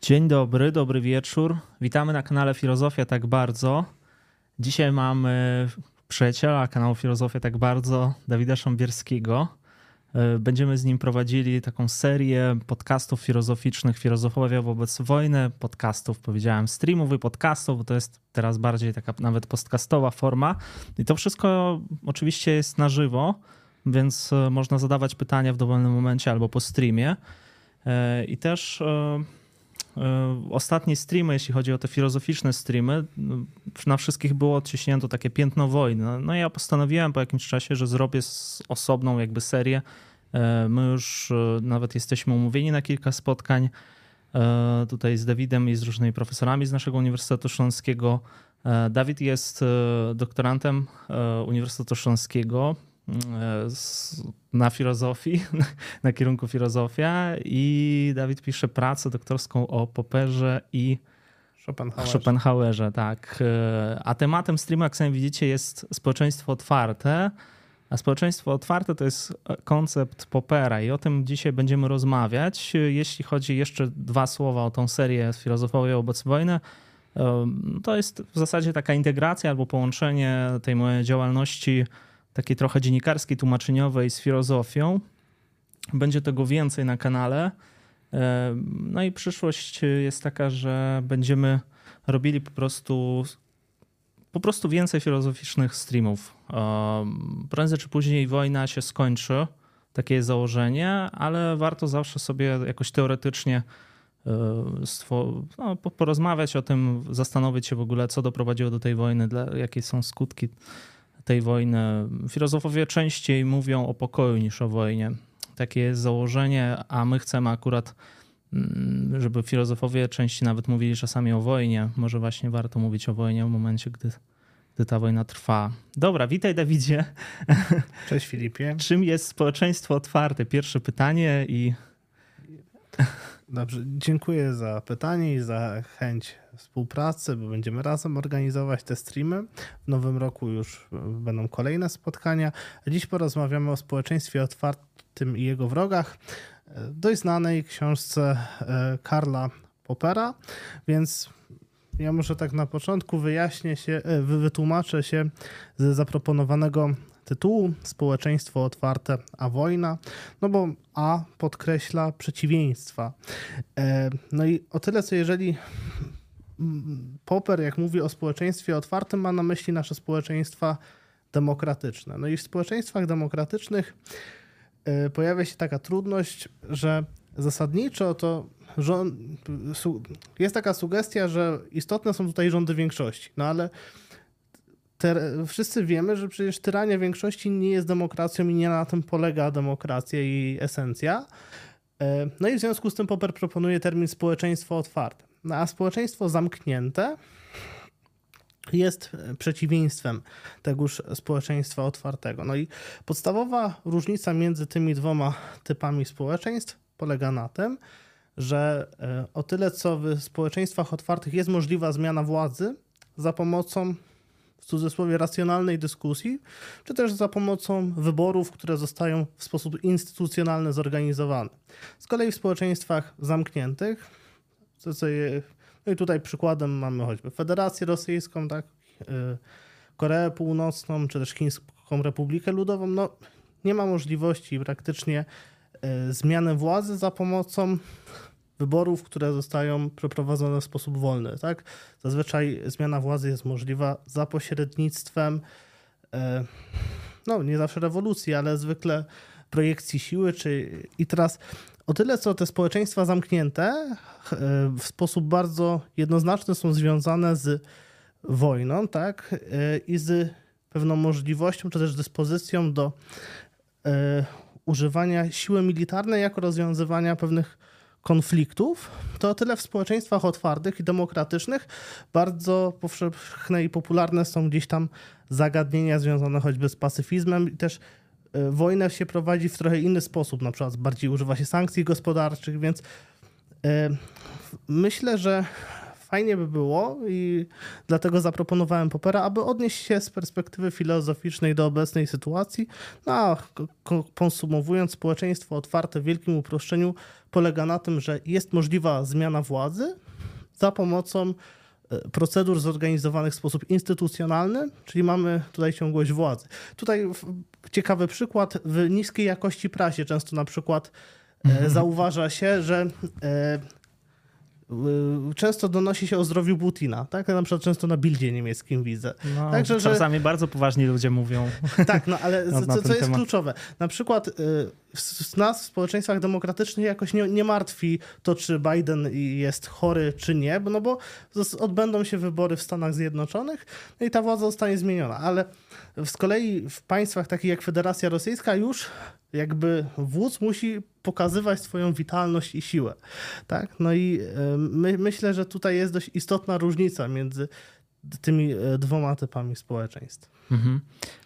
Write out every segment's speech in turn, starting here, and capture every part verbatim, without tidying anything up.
Dzień dobry, dobry wieczór. Witamy na kanale Filozofia Tak Bardzo. Dzisiaj mamy przyjaciela kanału Filozofia Tak Bardzo, Dawida Szambierskiego. Będziemy z nim prowadzili taką serię podcastów filozoficznych, Filozofia wobec wojny, podcastów, powiedziałem, streamów i podcastów, bo to jest teraz bardziej taka nawet podcastowa forma. I to wszystko oczywiście jest na żywo, więc można zadawać pytania w dowolnym momencie albo po streamie. I też ostatnie streamy, jeśli chodzi o te filozoficzne streamy, na wszystkich było odciśnięto takie piętno wojny. No i ja postanowiłem po jakimś czasie, że zrobię osobną jakby serię. My już nawet jesteśmy umówieni na kilka spotkań tutaj z Dawidem i z różnymi profesorami z naszego Uniwersytetu Śląskiego. Dawid jest doktorantem Uniwersytetu Śląskiego na filozofii, na kierunku filozofia, i Dawid pisze pracę doktorską o Popperze i Schopenhauerze. Schopenhauerze, tak. A tematem streamu, jak sami widzicie, jest społeczeństwo otwarte. A społeczeństwo otwarte to jest koncept Poppera i o tym dzisiaj będziemy rozmawiać. Jeśli chodzi jeszcze dwa słowa o tą serię Filozofia wobec wojny, to jest w zasadzie taka integracja albo połączenie tej mojej działalności takiej trochę dziennikarskiej, tłumaczeniowej z filozofią. Będzie tego więcej na kanale. No i przyszłość jest taka, że będziemy robili po prostu po prostu więcej filozoficznych streamów. Prędzej czy później wojna się skończy, takie jest założenie, ale warto zawsze sobie jakoś teoretycznie no, porozmawiać o tym, zastanowić się w ogóle, co doprowadziło do tej wojny, jakie są skutki tej wojny. Filozofowie częściej mówią o pokoju niż o wojnie. Takie jest założenie, a my chcemy akurat, żeby filozofowie częściej nawet mówili czasami o wojnie. Może właśnie warto mówić o wojnie w momencie, gdy, gdy ta wojna trwa. Dobra, witaj Dawidzie. Cześć Filipie. Czym jest społeczeństwo otwarte? Pierwsze pytanie i... Dobrze, dziękuję za pytanie i za chęć współpracy, bo będziemy razem organizować te streamy. W nowym roku już będą kolejne spotkania. Dziś porozmawiamy o społeczeństwie otwartym i jego wrogach, dość znanej książce Karla Poppera, więc ja może tak na początku wyjaśnię się, wytłumaczę się z zaproponowanego tytułu Społeczeństwo otwarte, a wojna, no bo A podkreśla przeciwieństwa. No i o tyle, co jeżeli Popper, jak mówi o społeczeństwie otwartym, ma na myśli nasze społeczeństwa demokratyczne. No i w społeczeństwach demokratycznych pojawia się taka trudność, że zasadniczo to rząd, jest taka sugestia, że istotne są tutaj rządy większości, no ale Te, wszyscy wiemy, że przecież tyrania większości nie jest demokracją i nie na tym polega demokracja i jej esencja. No i w związku z tym Popper proponuje termin społeczeństwo otwarte. No a społeczeństwo zamknięte jest przeciwieństwem tegoż społeczeństwa otwartego. No i podstawowa różnica między tymi dwoma typami społeczeństw polega na tym, że o tyle co w społeczeństwach otwartych jest możliwa zmiana władzy za pomocą, w cudzysłowie, racjonalnej dyskusji, czy też za pomocą wyborów, które zostają w sposób instytucjonalny zorganizowane. Z kolei w społeczeństwach zamkniętych, co, co je, no i tutaj przykładem mamy choćby Federację Rosyjską, tak, Koreę Północną, czy też Chińską Republikę Ludową, no nie ma możliwości praktycznie zmiany władzy za pomocą wyborów, które zostają przeprowadzone w sposób wolny. Tak? Zazwyczaj zmiana władzy jest możliwa za pośrednictwem, no nie zawsze rewolucji, ale zwykle projekcji siły. Czy... I teraz o tyle, co te społeczeństwa zamknięte w sposób bardzo jednoznaczny są związane z wojną, tak? I z pewną możliwością, czy też dyspozycją do używania siły militarnej jako rozwiązywania pewnych konfliktów, to o tyle w społeczeństwach otwartych i demokratycznych bardzo powszechne i popularne są gdzieś tam zagadnienia związane choćby z pacyfizmem i też wojnę się prowadzi w trochę inny sposób, na przykład bardziej używa się sankcji gospodarczych, więc myślę, że fajnie by było i dlatego zaproponowałem Popera, aby odnieść się z perspektywy filozoficznej do obecnej sytuacji. No, a konsumowując, społeczeństwo otwarte w wielkim uproszczeniu polega na tym, że jest możliwa zmiana władzy za pomocą procedur zorganizowanych w sposób instytucjonalny, czyli mamy tutaj ciągłość władzy. Tutaj ciekawy przykład, w niskiej jakości prasie często na przykład mhm. zauważa się, że często donosi się o zdrowiu Putina, tak? Na przykład często na Bildzie niemieckim widzę. No, Także, czasami że... bardzo poważni ludzie mówią. Tak, no ale no, co, co jest temat. kluczowe? Na przykład w nas w społeczeństwach demokratycznych jakoś nie, nie martwi to, czy Biden jest chory, czy nie, no bo odbędą się wybory w Stanach Zjednoczonych no i ta władza zostanie zmieniona, ale z kolei w państwach takich jak Federacja Rosyjska już jakby wódz musi pokazywać swoją witalność i siłę. Tak? No i my, myślę, że tutaj jest dość istotna różnica między tymi dwoma typami społeczeństw. Mhm.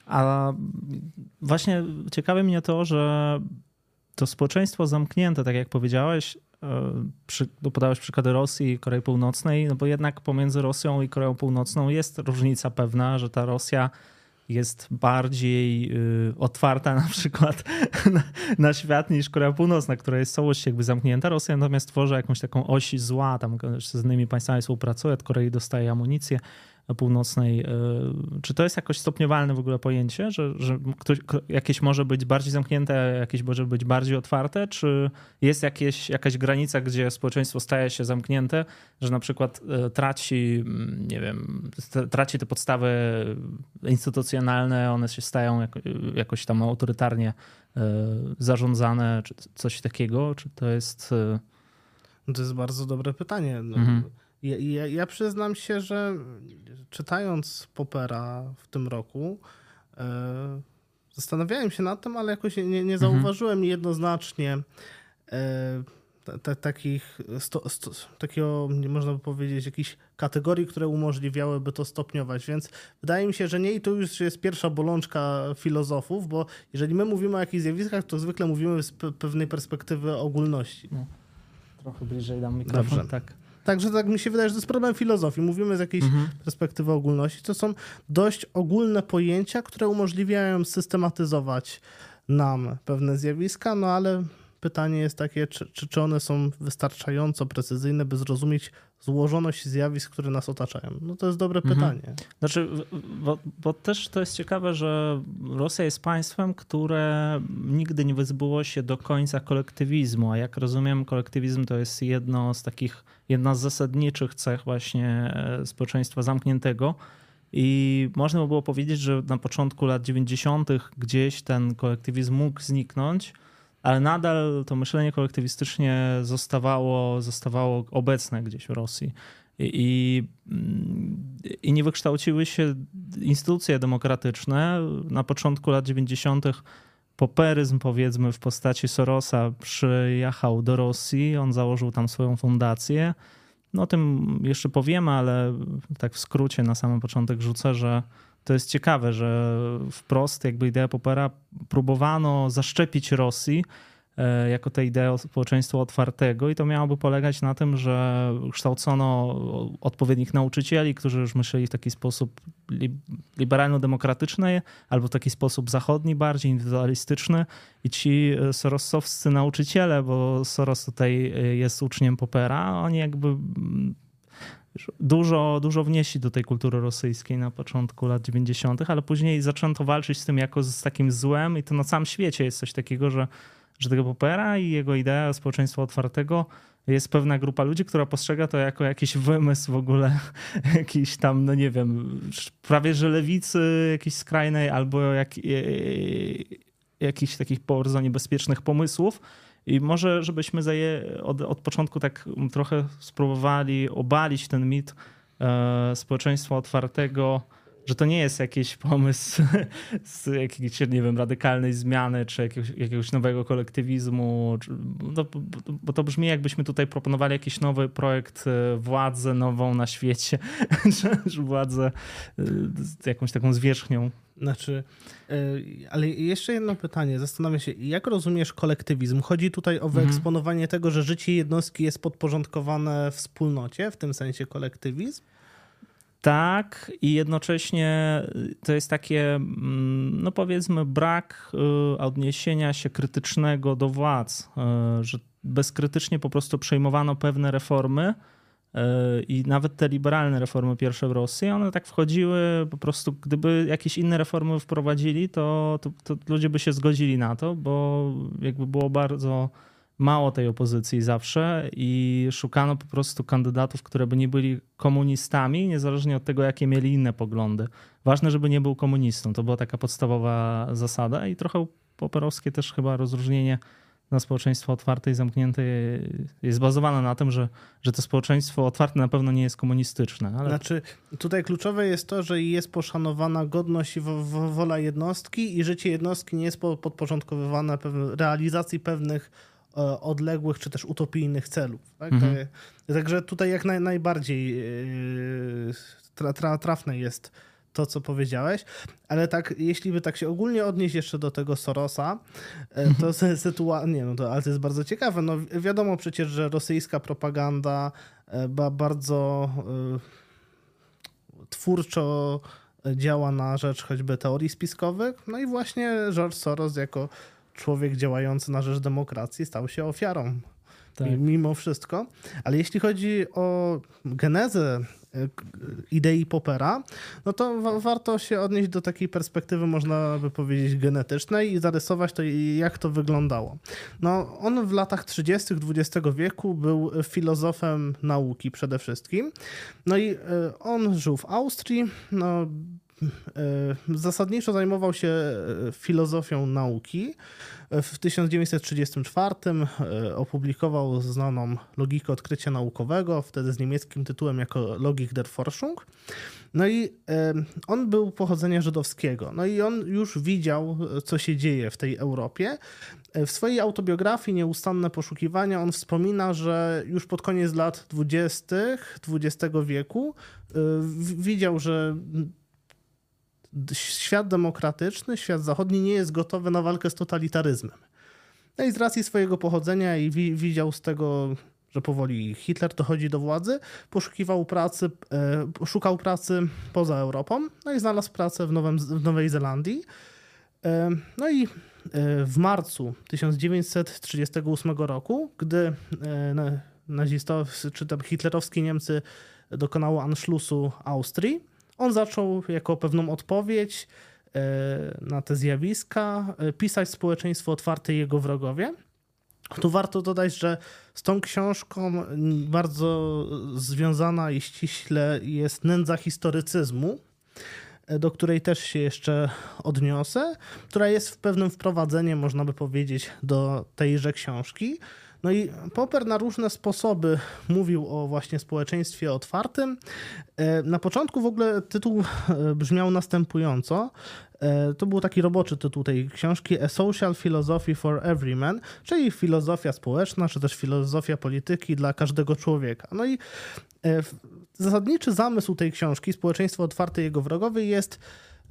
A właśnie ciekawi mnie to, że to społeczeństwo zamknięte, tak jak powiedziałeś, przy, podałeś przykłady Rosji i Korei Północnej, no bo jednak pomiędzy Rosją i Koreą Północną jest różnica pewna, że ta Rosja jest bardziej y, otwarta na przykład na, na świat niż Korea Północna, która jest całości jakby zamknięta. Rosja natomiast tworzy jakąś taką oś zła, tam z innymi państwami współpracuje, od Korei dostaje amunicję Północnej. Y, czy to jest jakoś stopniowalne w ogóle pojęcie, że, że ktoś, jakieś może być bardziej zamknięte, jakieś może być bardziej otwarte, czy jest jakieś, jakaś granica, gdzie społeczeństwo staje się zamknięte, że na przykład y, traci, nie wiem, traci te podstawy instytucjonalne, one się stają jako, jakoś tam autorytarnie y, zarządzane, czy coś takiego? Czy to jest... Y... To jest bardzo dobre pytanie. No, mhm. ja, ja, ja przyznam się, że czytając Popera w tym roku y, zastanawiałem się nad tym, ale jakoś nie, nie zauważyłem mhm. jednoznacznie y, T- t- takich, sto, sto, takiego, nie można by powiedzieć, jakichś kategorii, które umożliwiałyby to stopniować, więc wydaje mi się, że nie i to już jest pierwsza bolączka filozofów, bo jeżeli my mówimy o jakichś zjawiskach, to zwykle mówimy z pe- pewnej perspektywy ogólności. No, trochę bliżej dam mikrofon. Dobrze. Tak. Także tak mi się wydaje, że to jest problem filozofii. Mówimy z jakiejś mhm. perspektywy ogólności. To są dość ogólne pojęcia, które umożliwiają systematyzować nam pewne zjawiska, no ale pytanie jest takie, czy, czy, czy one są wystarczająco precyzyjne, by zrozumieć złożoność zjawisk, które nas otaczają? No to jest dobre mhm. pytanie. Znaczy, bo, bo też to jest ciekawe, że Rosja jest państwem, które nigdy nie wyzbyło się do końca kolektywizmu, a jak rozumiem, kolektywizm to jest jedno z takich, jedna z zasadniczych cech właśnie społeczeństwa zamkniętego. I można by było powiedzieć, że na początku lat dziewięćdziesiątych gdzieś ten kolektywizm mógł zniknąć, ale nadal to myślenie kolektywistycznie zostawało, zostawało obecne gdzieś w Rosji. I, i, i nie wykształciły się instytucje demokratyczne. Na początku lat dziewięćdziesiątych poperyzm, powiedzmy, w postaci Sorosa przyjechał do Rosji. On założył tam swoją fundację. No o tym jeszcze powiemy, ale tak w skrócie na samym początek rzucę, że to jest ciekawe, że wprost jakby idea Popera próbowano zaszczepić Rosji jako tę ideę społeczeństwa otwartego i to miałoby polegać na tym, że kształcono odpowiednich nauczycieli, którzy już myśleli w taki sposób liberalno-demokratyczny albo w taki sposób zachodni, bardziej indywidualistyczny i ci sorosowscy nauczyciele, bo Soros tutaj jest uczniem Popera, oni jakby Dużo, dużo wnieśli do tej kultury rosyjskiej na początku lat dziewięćdziesiątych, ale później zaczęto walczyć z tym jako z takim złem i to na całym świecie jest coś takiego, że, że tego Popera i jego idea społeczeństwa otwartego jest pewna grupa ludzi, która postrzega to jako jakiś wymysł w ogóle, jakiś tam, no nie wiem, prawie że lewicy jakiejś skrajnej albo jak, jakichś takich bardzo niebezpiecznych pomysłów. I może, żebyśmy zaje, od, od początku tak trochę spróbowali obalić ten mit e, społeczeństwa otwartego, że to nie jest jakiś pomysł z jakiejś, nie wiem, radykalnej zmiany, czy jakiegoś, jakiegoś nowego kolektywizmu, czy, no, bo to brzmi, jakbyśmy tutaj proponowali jakiś nowy projekt, władzę nową na świecie, czy władzę z jakąś taką zwierzchnią. Znaczy, ale jeszcze jedno pytanie. Zastanawiam się, jak rozumiesz kolektywizm? Chodzi tutaj o wyeksponowanie mhm. tego, że życie jednostki jest podporządkowane wspólnocie, w tym sensie kolektywizm? Tak, i jednocześnie to jest takie, no powiedzmy, brak odniesienia się krytycznego do władz, że bezkrytycznie po prostu przejmowano pewne reformy i nawet te liberalne reformy pierwsze w Rosji, one tak wchodziły po prostu, gdyby jakieś inne reformy wprowadzili, to, to, to ludzie by się zgodzili na to, bo jakby było bardzo mało tej opozycji zawsze i szukano po prostu kandydatów, które by nie byli komunistami, niezależnie od tego, jakie mieli inne poglądy. Ważne, żeby nie był komunistą. To była taka podstawowa zasada i trochę poperowskie też chyba rozróżnienie na społeczeństwo otwarte i zamknięte jest bazowane na tym, że, że to społeczeństwo otwarte na pewno nie jest komunistyczne. Ale... Znaczy, tutaj kluczowe jest to, że jest poszanowana godność i wola jednostki i życie jednostki nie jest podporządkowywane realizacji pewnych odległych czy też utopijnych celów. Tak? Mhm. Także tutaj jak naj, najbardziej tra, tra, trafne jest to, co powiedziałeś, ale tak, jeśli by tak się ogólnie odnieść jeszcze do tego Sorosa, to sytuacja, nie no to, ale to jest bardzo ciekawe. No wiadomo przecież, że rosyjska propaganda ba, bardzo y, twórczo działa na rzecz choćby teorii spiskowych, no i właśnie George Soros jako człowiek działający na rzecz demokracji stał się ofiarą. Tak. Mimo wszystko. Ale jeśli chodzi o genezę idei Poppera, no to wa- warto się odnieść do takiej perspektywy, można by powiedzieć, genetycznej i zarysować to, jak to wyglądało. No, on w latach trzydziestych dwudziestego wieku był filozofem nauki przede wszystkim. No i on żył w Austrii, no zasadniczo zajmował się filozofią nauki. W tysiąc dziewięćset trzydziestym czwartym opublikował znaną logikę odkrycia naukowego, wtedy z niemieckim tytułem jako Logik der Forschung. No i on był pochodzenia żydowskiego. No i on już widział, co się dzieje w tej Europie. W swojej autobiografii Nieustanne poszukiwania on wspomina, że już pod koniec lat dwudziestych dwudziestego wieku widział, że świat demokratyczny, świat zachodni nie jest gotowy na walkę z totalitaryzmem. No i z racji swojego pochodzenia i wi- widział z tego, że powoli Hitler dochodzi do władzy, poszukiwał pracy, e, szukał pracy poza Europą, no i znalazł pracę w, Nowym, w Nowej Zelandii. E, no i e, w marcu tysiąc dziewięćset trzydziestego ósmego roku, gdy e, nazistowscy czy tam hitlerowskie Niemcy dokonało Anschlussu Austrii, on zaczął jako pewną odpowiedź na te zjawiska pisać Społeczeństwo otwarte i jego wrogowie. Tu warto dodać, że z tą książką bardzo związana i ściśle jest nędza historycyzmu, do której też się jeszcze odniosę, która jest w pewnym wprowadzeniem, można by powiedzieć, do tejże książki. No i Popper na różne sposoby mówił o właśnie społeczeństwie otwartym. Na początku w ogóle tytuł brzmiał następująco. To był taki roboczy tytuł tej książki A Social Philosophy for Everyman, czyli filozofia społeczna, czy też filozofia polityki dla każdego człowieka. No i zasadniczy zamysł tej książki, Społeczeństwo otwarte i jego wrogowie, jest...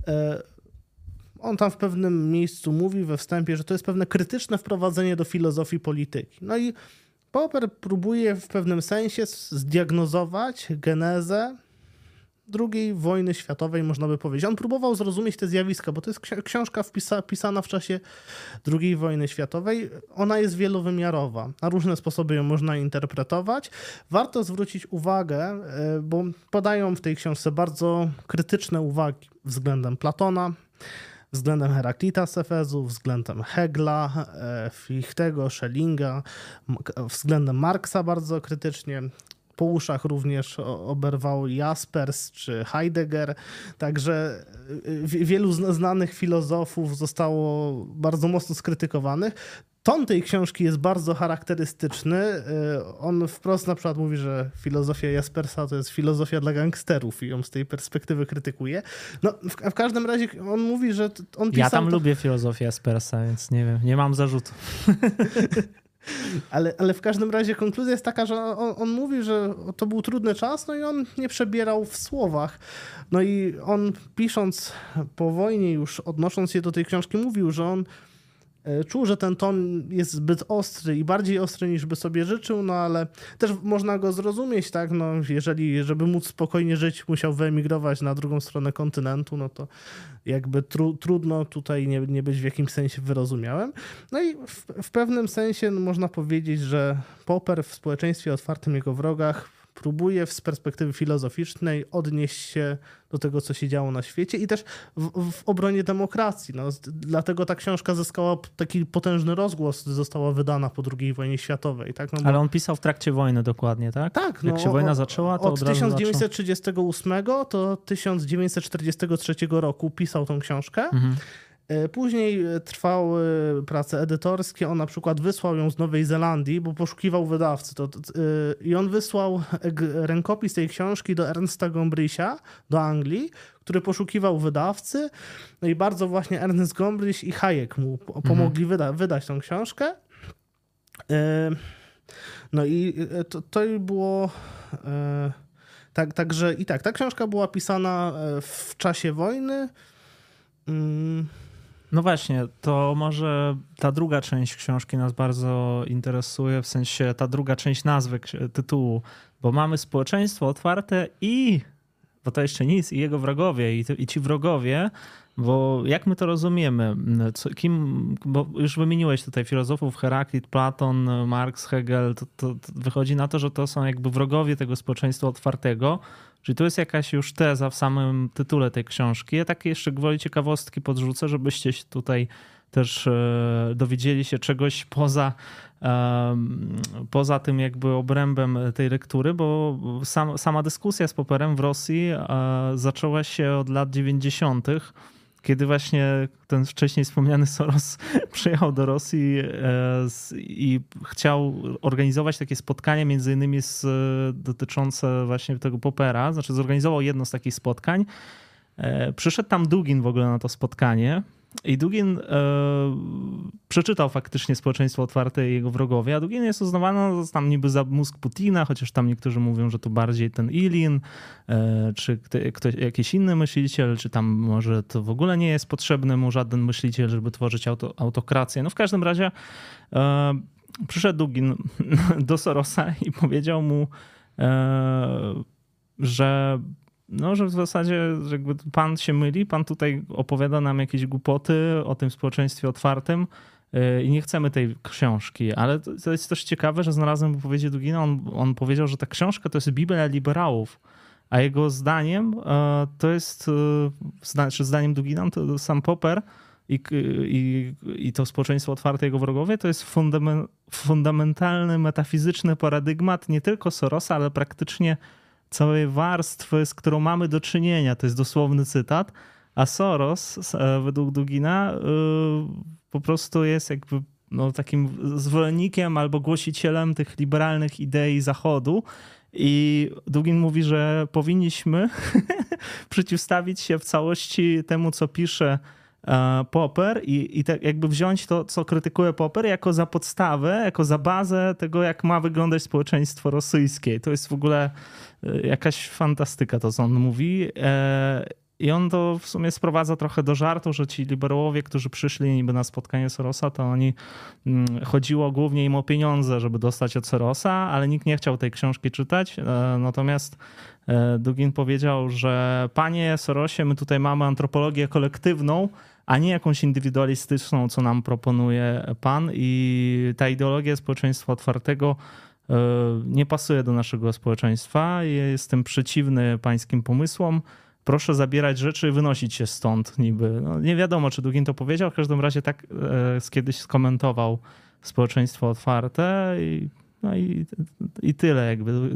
On tam w pewnym miejscu mówi we wstępie, że to jest pewne krytyczne wprowadzenie do filozofii polityki. No i Popper próbuje w pewnym sensie zdiagnozować genezę drugiej wojny światowej, można by powiedzieć. On próbował zrozumieć te zjawiska, bo to jest książka wpisa, pisana w czasie drugiej wojny światowej. Ona jest wielowymiarowa. Na różne sposoby ją można interpretować. Warto zwrócić uwagę, bo podają w tej książce bardzo krytyczne uwagi względem Platona, względem Heraklita z Efezu, względem Hegla, Fichtego, Schellinga, względem Marksa bardzo krytycznie. Po uszach również oberwał Jaspers czy Heidegger. Także wielu znanych filozofów zostało bardzo mocno skrytykowanych. Ton tej książki jest bardzo charakterystyczny. On wprost na przykład mówi, że filozofia Jaspersa to jest filozofia dla gangsterów i ją z tej perspektywy krytykuje. No, w, w każdym razie on mówi, że on pisał... Ja tam to... lubię filozofię Jaspersa, więc nie wiem, nie mam zarzutu. Ale, ale w każdym razie konkluzja jest taka, że on, on mówi, że to był trudny czas, no i on nie przebierał w słowach. No i on pisząc po wojnie, już odnosząc się do tej książki, mówił, że on czuł, że ten ton jest zbyt ostry i bardziej ostry niż by sobie życzył, no ale też można go zrozumieć, tak, no jeżeli, żeby móc spokojnie żyć, musiał wyemigrować na drugą stronę kontynentu, no to jakby tru, trudno tutaj nie, nie być w jakimś sensie wyrozumiałym. No i w, w pewnym sensie no, można powiedzieć, że Popper w Społeczeństwie Otwartym Jego Wrogach próbuje z perspektywy filozoficznej odnieść się do tego, co się działo na świecie i też w, w obronie demokracji. No, dlatego ta książka zyskała taki potężny rozgłos, została wydana po drugiej wojnie światowej. Tak? No bo... Ale on pisał w trakcie wojny dokładnie, tak? Tak. Jak no, się wojna zaczęła, to od od razu tysiąc dziewięćset trzydziestego ósmego do tysiąc dziewięćset czterdziestego trzeciego roku pisał tą książkę. Mhm. Później trwały prace edytorskie. On na przykład wysłał ją z Nowej Zelandii, bo poszukiwał wydawcy. To, yy, I on wysłał rękopis tej książki do Ernesta Gombrisia, do Anglii, który poszukiwał wydawcy. No i bardzo właśnie Ernest Gombrich i Hayek mu pomogli mhm. wyda- wydać tą książkę. Yy, no i to, to było... Yy, tak, także i tak, ta książka była pisana w czasie wojny. Yy. No właśnie, to może ta druga część książki nas bardzo interesuje, w sensie ta druga część nazwy tytułu, bo mamy społeczeństwo otwarte i, bo to jeszcze nic, i jego wrogowie, i, i ci wrogowie, bo jak my to rozumiemy? Co, kim, bo już wymieniłeś tutaj filozofów, Heraklit, Platon, Marx, Hegel, to, to, to wychodzi na to, że to są jakby wrogowie tego społeczeństwa otwartego. Czyli tu jest jakaś już teza w samym tytule tej książki. Ja takie jeszcze gwoli ciekawostki podrzucę, żebyście się tutaj też dowiedzieli się czegoś poza, poza tym jakby obrębem tej lektury, bo sam, sama dyskusja z Popperem w Rosji zaczęła się od lat dziewięćdziesiątych, kiedy właśnie ten wcześniej wspomniany Soros przyjechał do Rosji i chciał organizować takie spotkanie między innymi z, dotyczące właśnie tego Poppera, znaczy zorganizował jedno z takich spotkań. Przyszedł tam Dugin w ogóle na to spotkanie i Dugin e, przeczytał faktycznie Społeczeństwo Otwarte i jego wrogowie, a Dugin jest uznawany tam niby za mózg Putina, chociaż tam niektórzy mówią, że to bardziej ten Ilin, e, czy ktoś, jakiś inny myśliciel, czy tam może to w ogóle nie jest potrzebny mu żaden myśliciel, żeby tworzyć auto, autokrację. No w każdym razie e, przyszedł Dugin do Sorosa i powiedział mu, e, że No, że w zasadzie że jakby pan się myli, pan tutaj opowiada nam jakieś głupoty o tym społeczeństwie otwartym i nie chcemy tej książki. Ale to jest też ciekawe, że znalazłem wypowiedzi Dugina, on, on powiedział, że ta książka to jest Biblia liberałów, a jego zdaniem to jest, znaczy zdaniem Dugina, to sam Popper i, i, i to społeczeństwo otwarte, jego wrogowie, to jest fundament, fundamentalny, metafizyczny paradygmat nie tylko Sorosa, ale praktycznie całej warstwy, z którą mamy do czynienia. To jest dosłowny cytat. A Soros, według Dugina, po prostu jest jakby no, takim zwolennikiem albo głosicielem tych liberalnych idei Zachodu. I Dugin mówi, że powinniśmy przeciwstawić się w całości temu, co pisze Popper i, i tak jakby wziąć to, co krytykuje Popper, jako za podstawę, jako za bazę tego, jak ma wyglądać społeczeństwo rosyjskie. To jest w ogóle jakaś fantastyka to, co on mówi. I on to w sumie sprowadza trochę do żartu, że ci liberałowie, którzy przyszli niby na spotkanie Sorosa, to oni chodziło głównie im o pieniądze, żeby dostać od Sorosa, ale nikt nie chciał tej książki czytać. Natomiast Dugin powiedział, że panie Sorosie, my tutaj mamy antropologię kolektywną, a nie jakąś indywidualistyczną, co nam proponuje pan, i ta ideologia społeczeństwa otwartego nie pasuje do naszego społeczeństwa. Jestem przeciwny pańskim pomysłom. Proszę zabierać rzeczy i wynosić się stąd niby. No, nie wiadomo, czy Dugin to powiedział. W każdym razie tak e, kiedyś skomentował społeczeństwo otwarte i, no i, i tyle jakby.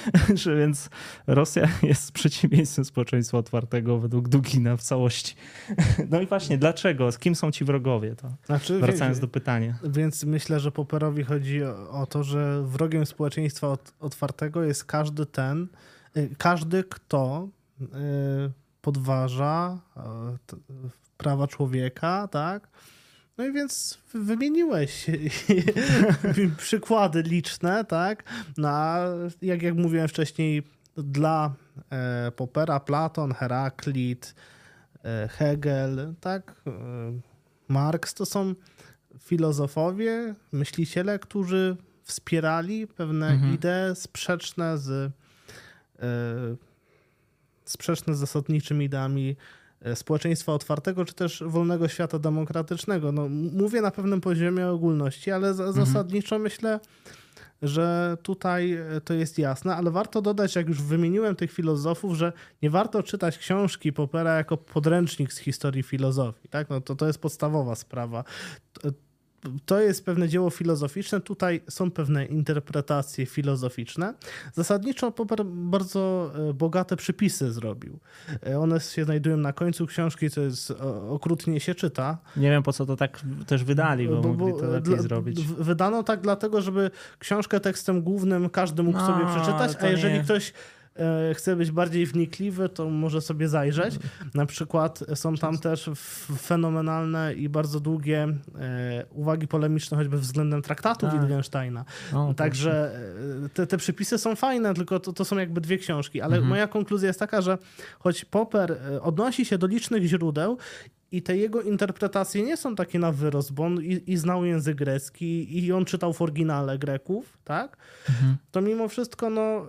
Więc Rosja jest przeciwieństwem społeczeństwa otwartego według Dugina w całości. No i właśnie, dlaczego? Z kim są ci wrogowie? To znaczy, wracając wie, do pytania. Więc myślę, że Popperowi chodzi o, o to, że wrogiem społeczeństwa otwartego jest każdy ten, każdy, kto podważa prawa człowieka, tak? No i więc wymieniłeś przykłady liczne, tak? No, a jak, jak mówiłem wcześniej, dla e, Poppera Platon, Heraklit, e, Hegel, tak? E, Marx to są filozofowie, myśliciele, którzy wspierali pewne mhm. idee sprzeczne z e, sprzeczne z zasadniczymi ideami społeczeństwa otwartego, czy też wolnego świata demokratycznego. No, mówię na pewnym poziomie ogólności, ale za, mhm. zasadniczo myślę, że tutaj to jest jasne, ale warto dodać, jak już wymieniłem tych filozofów, że nie warto czytać książki Poppera jako podręcznik z historii filozofii. Tak? No to, to jest podstawowa sprawa. To jest pewne dzieło filozoficzne, tutaj są pewne interpretacje filozoficzne. Zasadniczo Popper bardzo bogate przypisy zrobił. One się znajdują na końcu książki, co jest okrutnie się czyta. Nie wiem, po co to tak też wydali, bo, bo mogli to lepiej dla, zrobić. Wydano tak dlatego, żeby książkę tekstem głównym każdy mógł no, sobie przeczytać, a jeżeli nie... ktoś chce być bardziej wnikliwy, to może sobie zajrzeć. Na przykład są tam też fenomenalne i bardzo długie uwagi polemiczne, choćby względem traktatu tak. Wittgensteina. O, Także te, te przypisy są fajne, tylko to, to są jakby dwie książki. Ale mhm. moja konkluzja jest taka, że choć Popper odnosi się do licznych źródeł i te jego interpretacje nie są takie na wyrost, bo on i, i znał język grecki i on czytał w oryginale Greków, tak? Mhm. To mimo wszystko no...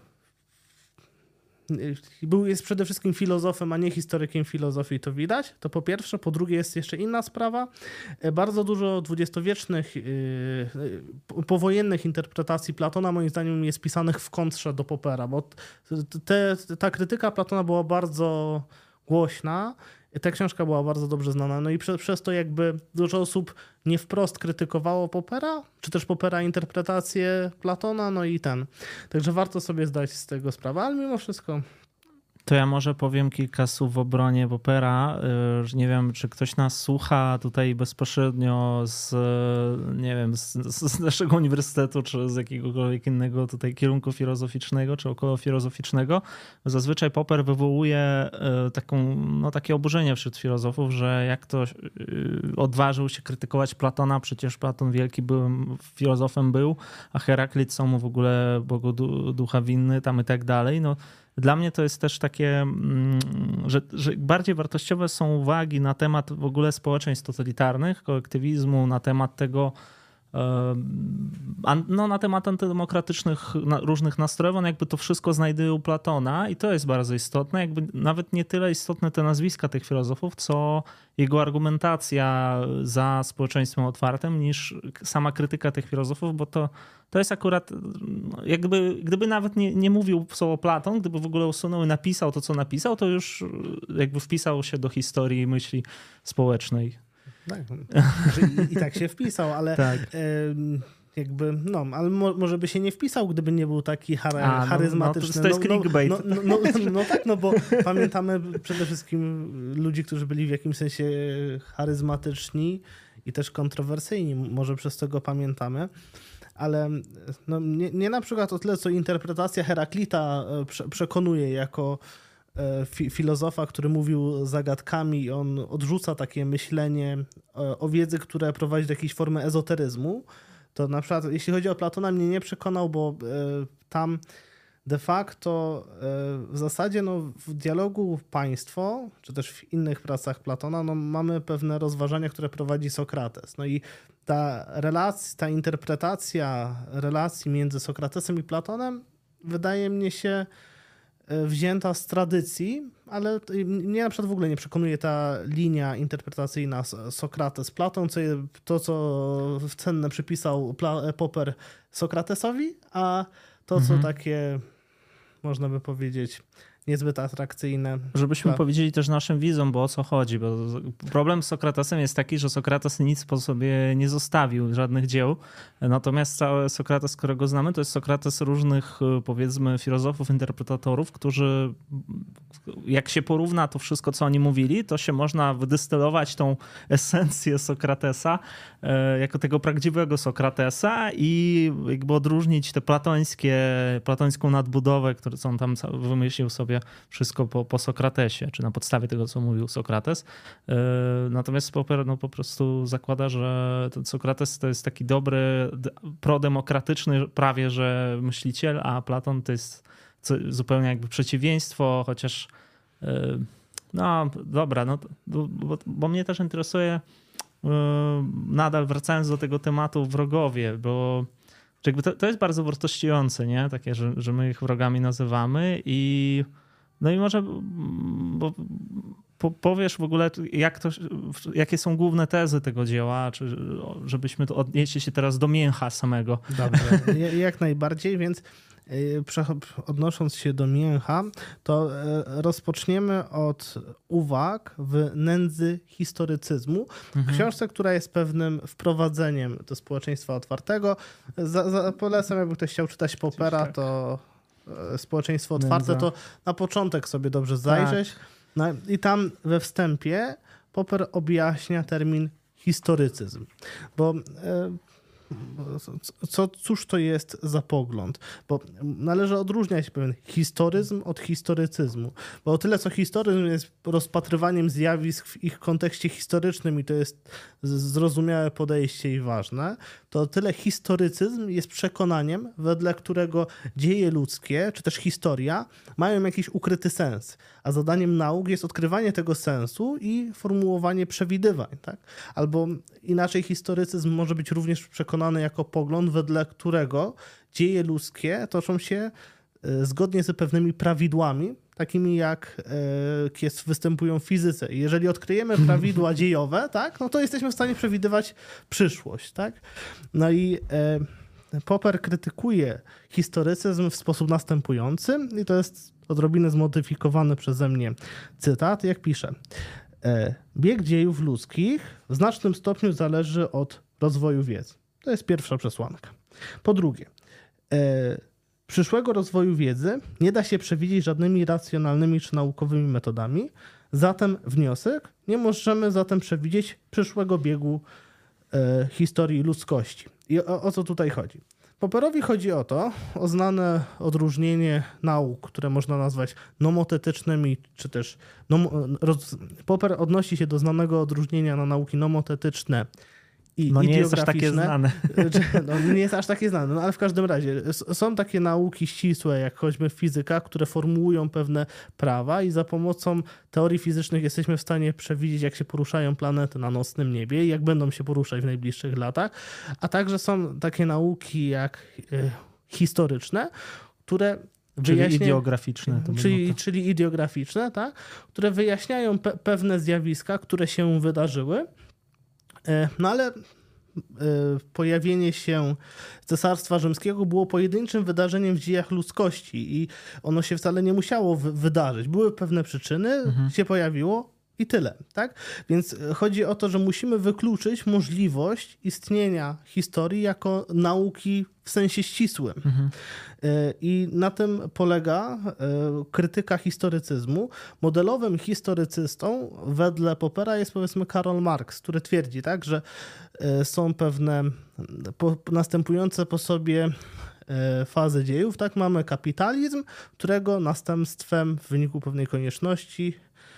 Był, jest przede wszystkim filozofem, a nie historykiem filozofii, to widać. To po pierwsze. Po drugie jest jeszcze inna sprawa. Bardzo dużo dwudziestowiecznych, yy, powojennych interpretacji Platona moim zdaniem jest pisanych w kontrze do Poppera, bo te, ta krytyka Platona była bardzo głośna. Ta książka była bardzo dobrze znana, no i prze, przez to jakby dużo osób nie wprost krytykowało Poppera, czy też Poppera interpretację Platona, no i ten. Także warto sobie zdać z tego sprawę, ale mimo wszystko... To ja może powiem kilka słów w obronie Poppera. Nie wiem, czy ktoś nas słucha tutaj bezpośrednio z, nie wiem, z, z naszego uniwersytetu, czy z jakiegokolwiek innego tutaj kierunku filozoficznego, czy około filozoficznego. Zazwyczaj Popper wywołuje taką, no, takie oburzenie wśród filozofów, że jak to odważył się krytykować Platona, przecież Platon wielki był, filozofem był, a Heraklit są mu w ogóle Bogu ducha winny tam i tak dalej. No, dla mnie to jest też takie, że, że bardziej wartościowe są uwagi na temat w ogóle społeczeństw totalitarnych, kolektywizmu, na temat tego, no, na temat antydemokratycznych różnych nastrojów, jakby to wszystko znajduje u Platona i to jest bardzo istotne, jakby nawet nie tyle istotne te nazwiska tych filozofów, co jego argumentacja za społeczeństwem otwartym niż sama krytyka tych filozofów, bo to, to jest akurat jakby, gdyby nawet nie, nie mówił słowo Platon, gdyby w ogóle usunął i napisał to, co napisał, to już jakby wpisał się do historii myśli społecznej. Tak, i, i tak się wpisał, ale tak. y, jakby, no, ale mo, może by się nie wpisał, gdyby nie był taki chary, A, no, charyzmatyczny. No, to jest clickbait. No, no, no, no, no tak, no bo pamiętamy przede wszystkim ludzi, którzy byli w jakimś sensie charyzmatyczni i też kontrowersyjni, może przez to go pamiętamy. Ale no, nie, nie na przykład o tyle, co interpretacja Heraklita prze, przekonuje jako filozofa, który mówił zagadkami i on odrzuca takie myślenie o wiedzy, które prowadzi do jakiejś formy ezoteryzmu, to na przykład jeśli chodzi o Platona, mnie nie przekonał, bo tam de facto w zasadzie no, w dialogu państwo, czy też w innych pracach Platona, no, mamy pewne rozważania, które prowadzi Sokrates. No i ta relacja, ta interpretacja relacji między Sokratesem i Platonem wydaje mnie się wzięta z tradycji, ale mnie na przykład w ogóle nie przekonuje ta linia interpretacyjna Sokrates-Platon, co to, co cenne przypisał Popper Sokratesowi, a to, mhm. co takie, można by powiedzieć, niezbyt atrakcyjne. Żebyśmy powiedzieli też naszym widzom, bo o co chodzi, bo problem z Sokratesem jest taki, że Sokrates nic po sobie nie zostawił, żadnych dzieł, natomiast cały Sokrates, którego znamy, to jest Sokrates różnych, powiedzmy, filozofów, interpretatorów, którzy, jak się porówna to wszystko, co oni mówili, to się można wydystylować tą esencję Sokratesa jako tego prawdziwego Sokratesa i jakby odróżnić te platońskie, platońską nadbudowę, którą on tam wymyślił sobie sobie wszystko po, po Sokratesie, czy na podstawie tego, co mówił Sokrates. Natomiast Popper no, po prostu zakłada, że Sokrates to jest taki dobry, prodemokratyczny prawie, że myśliciel, a Platon to jest zupełnie jakby przeciwieństwo, chociaż no dobra, no, bo, bo mnie też interesuje nadal wracając do tego tematu wrogowie, bo jakby to, to jest bardzo wartościujące, nie? Takie, że, że my ich wrogami nazywamy i no i może bo, po, powiesz w ogóle, jak to, jakie są główne tezy tego dzieła, czy żebyśmy to odnieśli się teraz do mięcha samego. Dobrze, jak najbardziej, więc odnosząc się do mięcha, to rozpoczniemy od uwag w nędzy historycyzmu. Mhm. Książce, która jest pewnym wprowadzeniem do społeczeństwa otwartego. Za, za, polecam, jakby ktoś chciał czytać Poppera, to Społeczeństwo Otwarte, Nędza. To na początek sobie dobrze zajrzeć. Tak. No i tam we wstępie Popper objaśnia termin historycyzm, bo Co, cóż to jest za pogląd? Bo należy odróżniać pewien historyzm od historycyzmu. Bo o tyle, co historyzm jest rozpatrywaniem zjawisk w ich kontekście historycznym i to jest zrozumiałe podejście i ważne, to o tyle historycyzm jest przekonaniem, wedle którego dzieje ludzkie, czy też historia, mają jakiś ukryty sens. A zadaniem nauk jest odkrywanie tego sensu i formułowanie przewidywań. Tak? Albo inaczej historycyzm może być również przekonany jako pogląd, wedle którego dzieje ludzkie toczą się zgodnie z pewnymi prawidłami, takimi jak jest, występują w fizyce. I jeżeli odkryjemy prawidła dziejowe, tak, no to jesteśmy w stanie przewidywać przyszłość. Tak? No i e, Popper krytykuje historycyzm w sposób następujący i to jest odrobinę zmodyfikowany przeze mnie cytat, jak pisze. Bieg dziejów ludzkich w znacznym stopniu zależy od rozwoju wiedzy. To jest pierwsza przesłanka. Po drugie, przyszłego rozwoju wiedzy nie da się przewidzieć żadnymi racjonalnymi czy naukowymi metodami, zatem wniosek, nie możemy zatem przewidzieć przyszłego biegu historii ludzkości. I o, o co tutaj chodzi? Popperowi chodzi o to, o znane odróżnienie nauk, które można nazwać nomotetycznymi, czy też nomo, roz, Popper odnosi się do znanego odróżnienia na nauki nomotetyczne i no nie jest aż takie znane. No, nie jest aż takie znane, no ale w każdym razie są takie nauki ścisłe, jak choćby fizyka, które formułują pewne prawa i za pomocą teorii fizycznych jesteśmy w stanie przewidzieć, jak się poruszają planety na nocnym niebie i jak będą się poruszać w najbliższych latach, a także są takie nauki jak y, historyczne, które Czyli ideograficzne. To czyli, czyli ideograficzne, tak? Które wyjaśniają pe- pewne zjawiska, które się wydarzyły. No ale pojawienie się Cesarstwa Rzymskiego było pojedynczym wydarzeniem w dziejach ludzkości i ono się wcale nie musiało wydarzyć. Były pewne przyczyny, mhm. się pojawiło i tyle. Tak? Więc chodzi o to, że musimy wykluczyć możliwość istnienia historii jako nauki w sensie ścisłym. Mhm. I na tym polega krytyka historycyzmu. Modelowym historycystą wedle Poppera jest powiedzmy Karol Marx, który twierdzi, tak, że są pewne po, następujące po sobie fazy dziejów. Tak? Mamy kapitalizm, którego następstwem w wyniku pewnej konieczności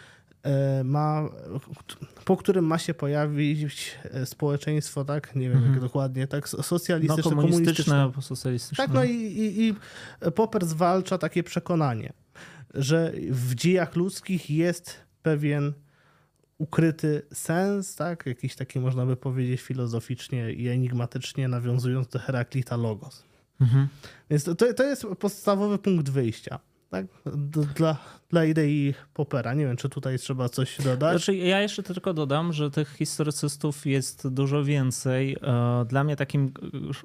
ma, po którym ma się pojawić społeczeństwo, tak, nie wiem mhm. jak dokładnie, tak, socjalistyczne, no, komunistyczne, socjalistyczne. Tak, no i, i, i Popper zwalcza takie przekonanie, że w dziejach ludzkich jest pewien ukryty sens, tak, jakiś taki można by powiedzieć filozoficznie i enigmatycznie nawiązując do Heraklita logos. Mhm. Więc to, to jest podstawowy punkt wyjścia. Tak? Dla, dla idei Poppera. Nie wiem, czy tutaj trzeba coś dodać. Znaczy, ja jeszcze tylko dodam, że tych historycystów jest dużo więcej. Dla mnie takim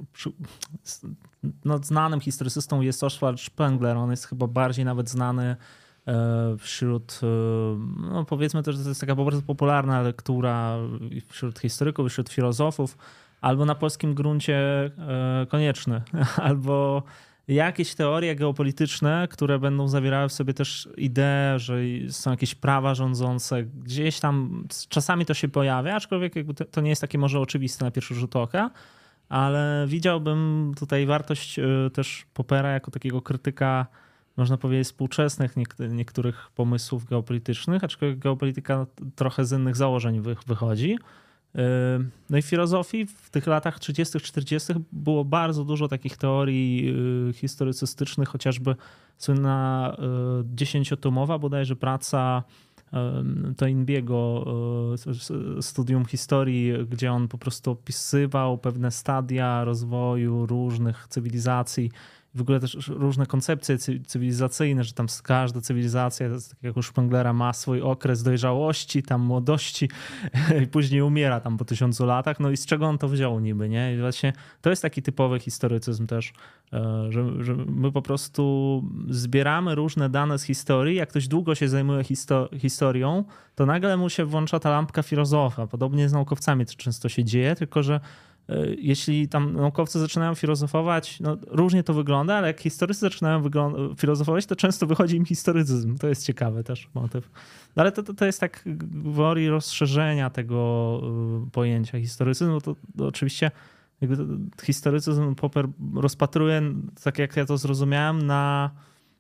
no, znanym historycystą jest Oswald Spengler. On jest chyba bardziej nawet znany wśród, no powiedzmy też, że to jest taka bardzo popularna lektura wśród historyków, wśród filozofów, albo na polskim gruncie konieczny, albo jakieś teorie geopolityczne, które będą zawierały w sobie też ideę, że są jakieś prawa rządzące. Gdzieś tam czasami to się pojawia, aczkolwiek jakby to nie jest takie może oczywiste na pierwszy rzut oka, ale widziałbym tutaj wartość też Poppera jako takiego krytyka można powiedzieć, współczesnych niektórych pomysłów geopolitycznych, aczkolwiek geopolityka trochę z innych założeń wychodzi. No i w filozofii w tych latach trzydziestych, czterdziestych było bardzo dużo takich teorii historycystycznych, chociażby słynna dziesięciotomowa bodajże praca Toynbee'ego, studium historii, gdzie on po prostu opisywał pewne stadia rozwoju różnych cywilizacji, w ogóle też różne koncepcje cywilizacyjne, że tam każda cywilizacja, tak jak u Spenglera, ma swój okres dojrzałości, tam młodości i później umiera tam po tysiącu latach. No i z czego on to wziął niby, nie? I właśnie to jest taki typowy historycyzm też, że, że my po prostu zbieramy różne dane z historii. Jak ktoś długo się zajmuje histo- historią, to nagle mu się włącza ta lampka filozofa. Podobnie z naukowcami to często się dzieje, tylko że jeśli tam naukowcy zaczynają filozofować, no różnie to wygląda, ale jak historycy zaczynają wygląda- filozofować, to często wychodzi im historycyzm. To jest ciekawy też motyw. No ale to, to, to jest tak gwoli rozszerzenia tego pojęcia historycyzmu. To, to oczywiście jakby to, historycyzm Popper rozpatruje, tak jak ja to zrozumiałem, na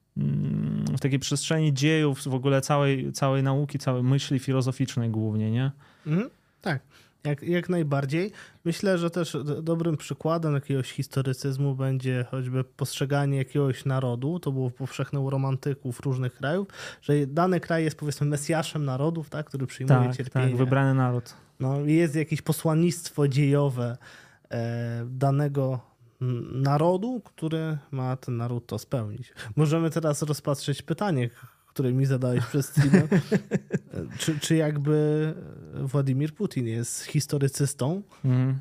w takiej przestrzeni dziejów w ogóle całej, całej nauki, całej myśli filozoficznej głównie, nie? Mhm, tak. Jak, jak najbardziej. Myślę, że też dobrym przykładem jakiegoś historycyzmu będzie choćby postrzeganie jakiegoś narodu, to było powszechne u romantyków różnych krajów, że dany kraj jest powiedzmy mesjaszem narodów, tak, który przyjmuje tak, cierpienie. Tak, wybrany naród. No, jest jakieś posłannictwo dziejowe e, danego narodu, który ma ten naród to spełnić. Możemy teraz rozpatrzeć pytanie, które mi zadałeś przez streamem. czy, czy jakby Władimir Putin jest historycystą? Mm.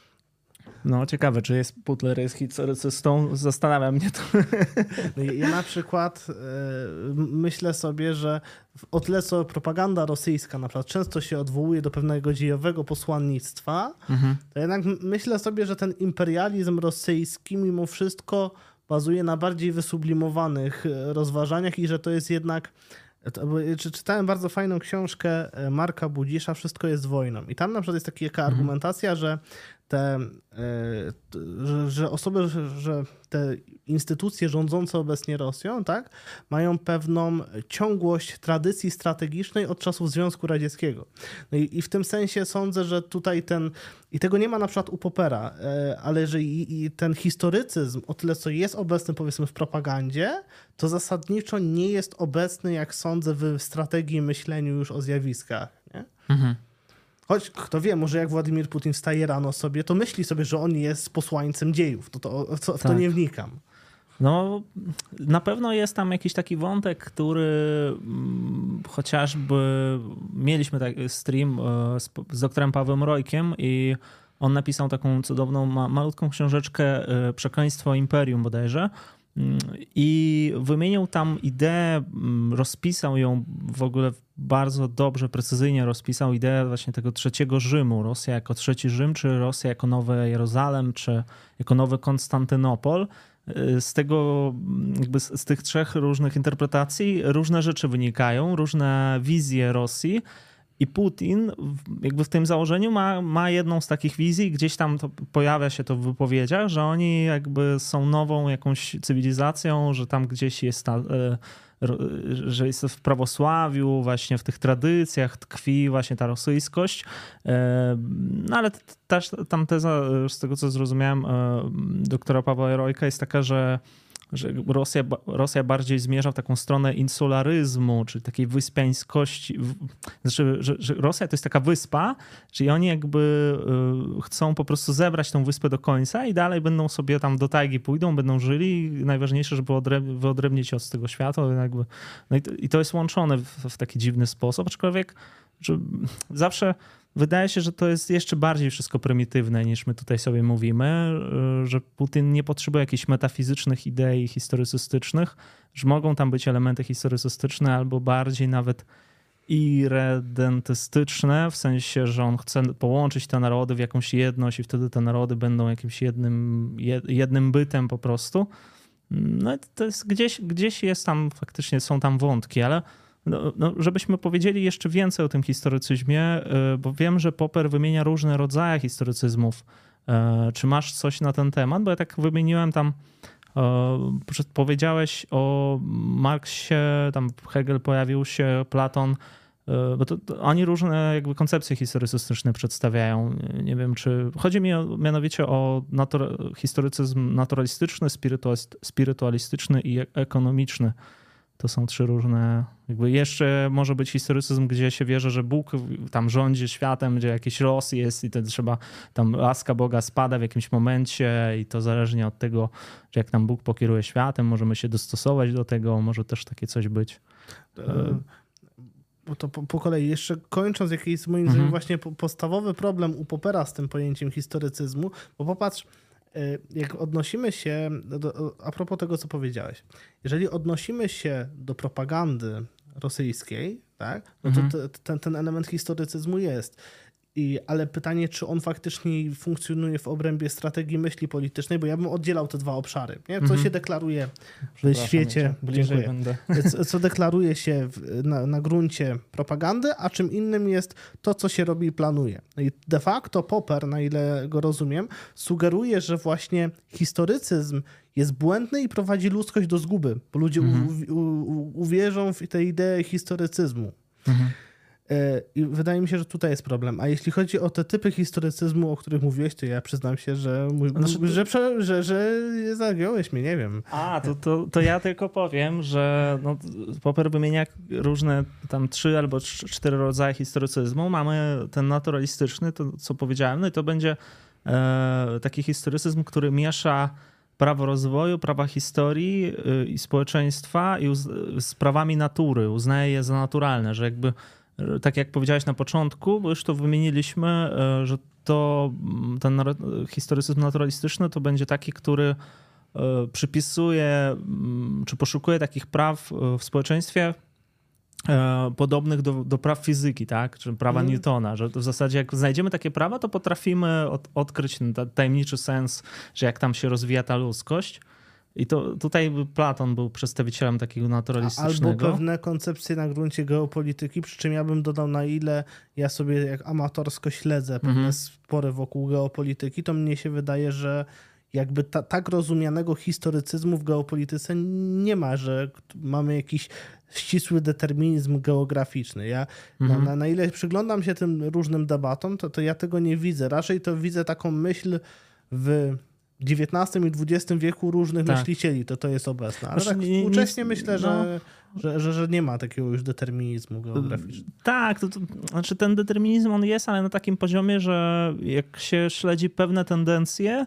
No ciekawe, czy jest Putler jest historycystą? Zastanawia mnie to. No, ja na przykład y, myślę sobie, że o tyle co propaganda rosyjska na przykład często się odwołuje do pewnego dziejowego posłannictwa, mm-hmm. to jednak myślę sobie, że ten imperializm rosyjski mimo wszystko bazuje na bardziej wysublimowanych rozważaniach i że to jest jednak... Czytałem bardzo fajną książkę Marka Budzisza Wszystko jest wojną. I tam na przykład jest taka mhm. argumentacja, że te że, że osoby, że te instytucje rządzące obecnie Rosją, tak, mają pewną ciągłość tradycji strategicznej od czasów Związku Radzieckiego. No i, i w tym sensie sądzę, że tutaj ten, i tego nie ma na przykład u Poppera, ale że i, i ten historycyzm, o tyle co jest obecny powiedzmy w propagandzie, to zasadniczo nie jest obecny, jak sądzę, w strategii i myśleniu już o zjawiskach. Nie? Mhm. Choć kto wie, może jak Władimir Putin wstaje rano sobie, to myśli sobie, że on jest posłańcem dziejów. No to, to, w to tak. nie wnikam. No na pewno jest tam jakiś taki wątek, który chociażby mieliśmy taki stream z, z doktorem Pawłem Rojkiem i on napisał taką cudowną, ma, malutką książeczkę Przekleństwo Imperium bodajże. I wymienił tam ideę, rozpisał ją w ogóle bardzo dobrze, precyzyjnie rozpisał ideę właśnie tego trzeciego Rzymu. Rosja jako trzeci Rzym, czy Rosja jako Nowy Jerozolem, czy jako Nowy Konstantynopol. Z tego, jakby z tych trzech różnych interpretacji różne rzeczy wynikają, różne wizje Rosji. I Putin jakby w tym założeniu ma, ma jedną z takich wizji, gdzieś tam to pojawia się to w wypowiedziach, że oni jakby są nową jakąś cywilizacją, że tam gdzieś jest ta, że jest w prawosławiu, właśnie w tych tradycjach tkwi właśnie ta rosyjskość. No ale też tam teza, z tego co zrozumiałem, doktora Pawła Rojka jest taka, że że Rosja, Rosja bardziej zmierza w taką stronę insularyzmu, czyli takiej wyspiańskości. Znaczy, że, że Rosja to jest taka wyspa, czyli oni jakby chcą po prostu zebrać tą wyspę do końca i dalej będą sobie tam do tajgi pójdą, będą żyli. Najważniejsze, żeby wyodrębnić się od tego świata. Jakby. No i, to, i to jest łączone w, w taki dziwny sposób, aczkolwiek że zawsze wydaje się, że to jest jeszcze bardziej wszystko prymitywne niż my tutaj sobie mówimy, że Putin nie potrzebuje jakichś metafizycznych idei historycystycznych, że mogą tam być elementy historycystyczne albo bardziej nawet irredentystyczne, w sensie, że on chce połączyć te narody w jakąś jedność i wtedy te narody będą jakimś jednym, jednym bytem po prostu. No to jest gdzieś, gdzieś jest tam, faktycznie są tam wątki, ale No, no, żebyśmy powiedzieli jeszcze więcej o tym historycyzmie, bo wiem, że Popper wymienia różne rodzaje historycyzmów. Czy masz coś na ten temat? Bo ja tak wymieniłem tam Powiedziałeś o Marksie, tam Hegel pojawił się, Platon, bo to, to oni różne jakby koncepcje historystyczne przedstawiają. Nie wiem, czy... Chodzi mi o, mianowicie o natura... historycyzm naturalistyczny, spirytualistyczny i ekonomiczny. To są trzy różne... Jakby jeszcze może być historycyzm, gdzie się wierzy, że Bóg tam rządzi światem, gdzie jakiś los jest i to trzeba, tam łaska Boga spada w jakimś momencie i to zależnie od tego, że jak tam Bóg pokieruje światem, możemy się dostosować do tego, może też takie coś być. Bo to po, po kolei, jeszcze kończąc, jaki jest moim mhm. zdaniem właśnie podstawowy problem u Poppera z tym pojęciem historycyzmu, bo popatrz, jak odnosimy się, do, a propos tego, co powiedziałeś, jeżeli odnosimy się do propagandy rosyjskiej, tak, no to mhm. ten, ten element historycyzmu jest. I, ale pytanie, czy on faktycznie funkcjonuje w obrębie strategii myśli politycznej, bo ja bym oddzielał te dwa obszary. Nie? Co mhm. się deklaruje w świecie, bliżej będę. Co, co deklaruje się w, na, na gruncie propagandy, a czym innym jest to, co się robi i planuje. I de facto Popper, na ile go rozumiem, sugeruje, że właśnie historycyzm jest błędny i prowadzi ludzkość do zguby, bo ludzie mhm. u, u, uwierzą w tę ideę historycyzmu. Mhm. I wydaje mi się, że tutaj jest problem. A jeśli chodzi o te typy historycyzmu, o których mówiłeś, to ja przyznam się, że mój, znaczy, że, że, że, że zagiąłeś mnie, nie wiem. A, to, to, to ja tylko powiem, że no, Popper wymienia różne tam trzy albo cztery rodzaje historycyzmu. Mamy ten naturalistyczny, to co powiedziałem, no i to będzie e, taki historycyzm, który miesza prawo rozwoju, prawa historii i społeczeństwa i uz, z prawami natury. Uznaje je za naturalne, że jakby tak jak powiedziałeś na początku, bo już to wymieniliśmy, że to ten historycyzm naturalistyczny to będzie taki, który przypisuje czy poszukuje takich praw w społeczeństwie podobnych do, do praw fizyki, tak? Czy prawa mm. Newtona, że w zasadzie jak znajdziemy takie prawa, to potrafimy od, odkryć ten tajemniczy sens, że jak tam się rozwija ta ludzkość. I to tutaj Platon był przedstawicielem takiego naturalistycznego. Albo pewne koncepcje na gruncie geopolityki, przy czym ja bym dodał, na ile ja sobie jak amatorsko śledzę pewne mm. spory wokół geopolityki, to mnie się wydaje, że jakby ta, tak rozumianego historycyzmu w geopolityce nie ma, że mamy jakiś ścisły determinizm geograficzny. Ja mm. na, na ile przyglądam się tym różnym debatom, to, to ja tego nie widzę. Raczej to widzę taką myśl w dziewiętnastym i dwudziestym wieku różnych tak. myślicieli, to to jest obecne. Ale tak współcześnie myślę, no. że, że, że, że nie ma takiego już determinizmu geograficznego. Tak, to, to znaczy ten determinizm on jest, ale na takim poziomie, że jak się śledzi pewne tendencje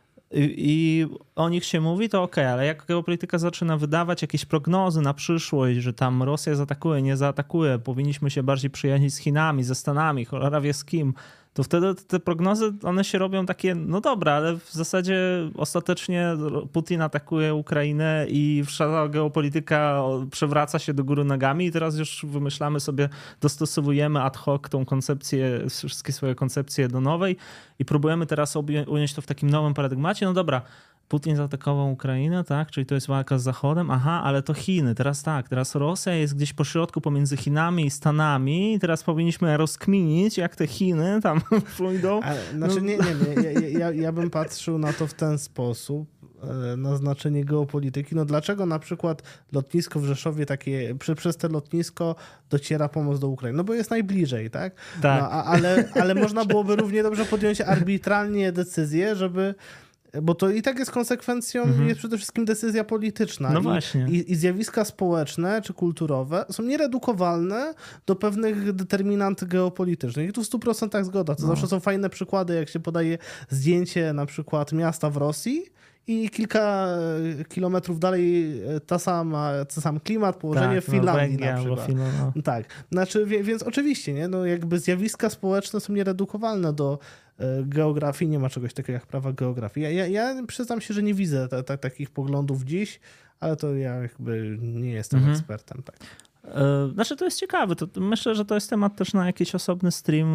i, i o nich się mówi, to okej, okay, ale jak geopolityka zaczyna wydawać jakieś prognozy na przyszłość, że tam Rosja zaatakuje, nie zaatakuje, powinniśmy się bardziej przyjaźnić z Chinami, ze Stanami, cholera wie z kim, to wtedy te prognozy, one się robią takie, no dobra, ale w zasadzie ostatecznie Putin atakuje Ukrainę i wszelka geopolityka przewraca się do góry nogami i teraz już wymyślamy sobie, dostosowujemy ad hoc tą koncepcję, wszystkie swoje koncepcje do nowej i próbujemy teraz ująć to w takim nowym paradygmacie. No dobra, Putin zaatakował Ukrainę, tak? Czyli to jest walka z Zachodem. Aha, ale to Chiny. Teraz tak, teraz Rosja jest gdzieś po środku pomiędzy Chinami i Stanami. Teraz powinniśmy rozkminić, jak te Chiny tam pójdą. Ale, znaczy no. nie, nie, nie. Ja, ja, ja bym patrzył na to w ten sposób, na znaczenie geopolityki. No dlaczego na przykład lotnisko w Rzeszowie takie, przy, przez te lotnisko dociera pomoc do Ukrainy? No bo jest najbliżej, tak? Tak. No, a, ale, ale można byłoby równie dobrze podjąć arbitralnie decyzję, żeby bo to i tak jest konsekwencją, mhm. jest przede wszystkim decyzja polityczna. No I, właśnie. I, I zjawiska społeczne czy kulturowe są nieredukowalne do pewnych determinant geopolitycznych. I tu w stu procentach zgoda. To no. zawsze są fajne przykłady, jak się podaje zdjęcie na przykład miasta w Rosji i kilka kilometrów dalej ta sama, ten sam klimat, położenie tak, w Finlandii no, na przykład. Filo, no. Tak, znaczy, więc oczywiście, nie? No, jakby zjawiska społeczne są nieredukowalne do geografii, nie ma czegoś takiego jak prawa geografii. Ja, ja, ja przyznam się, że nie widzę ta, ta, takich poglądów dziś, ale to ja jakby nie jestem mhm. ekspertem. Tak. Znaczy to jest ciekawe. To myślę, że to jest temat też na jakiś osobny stream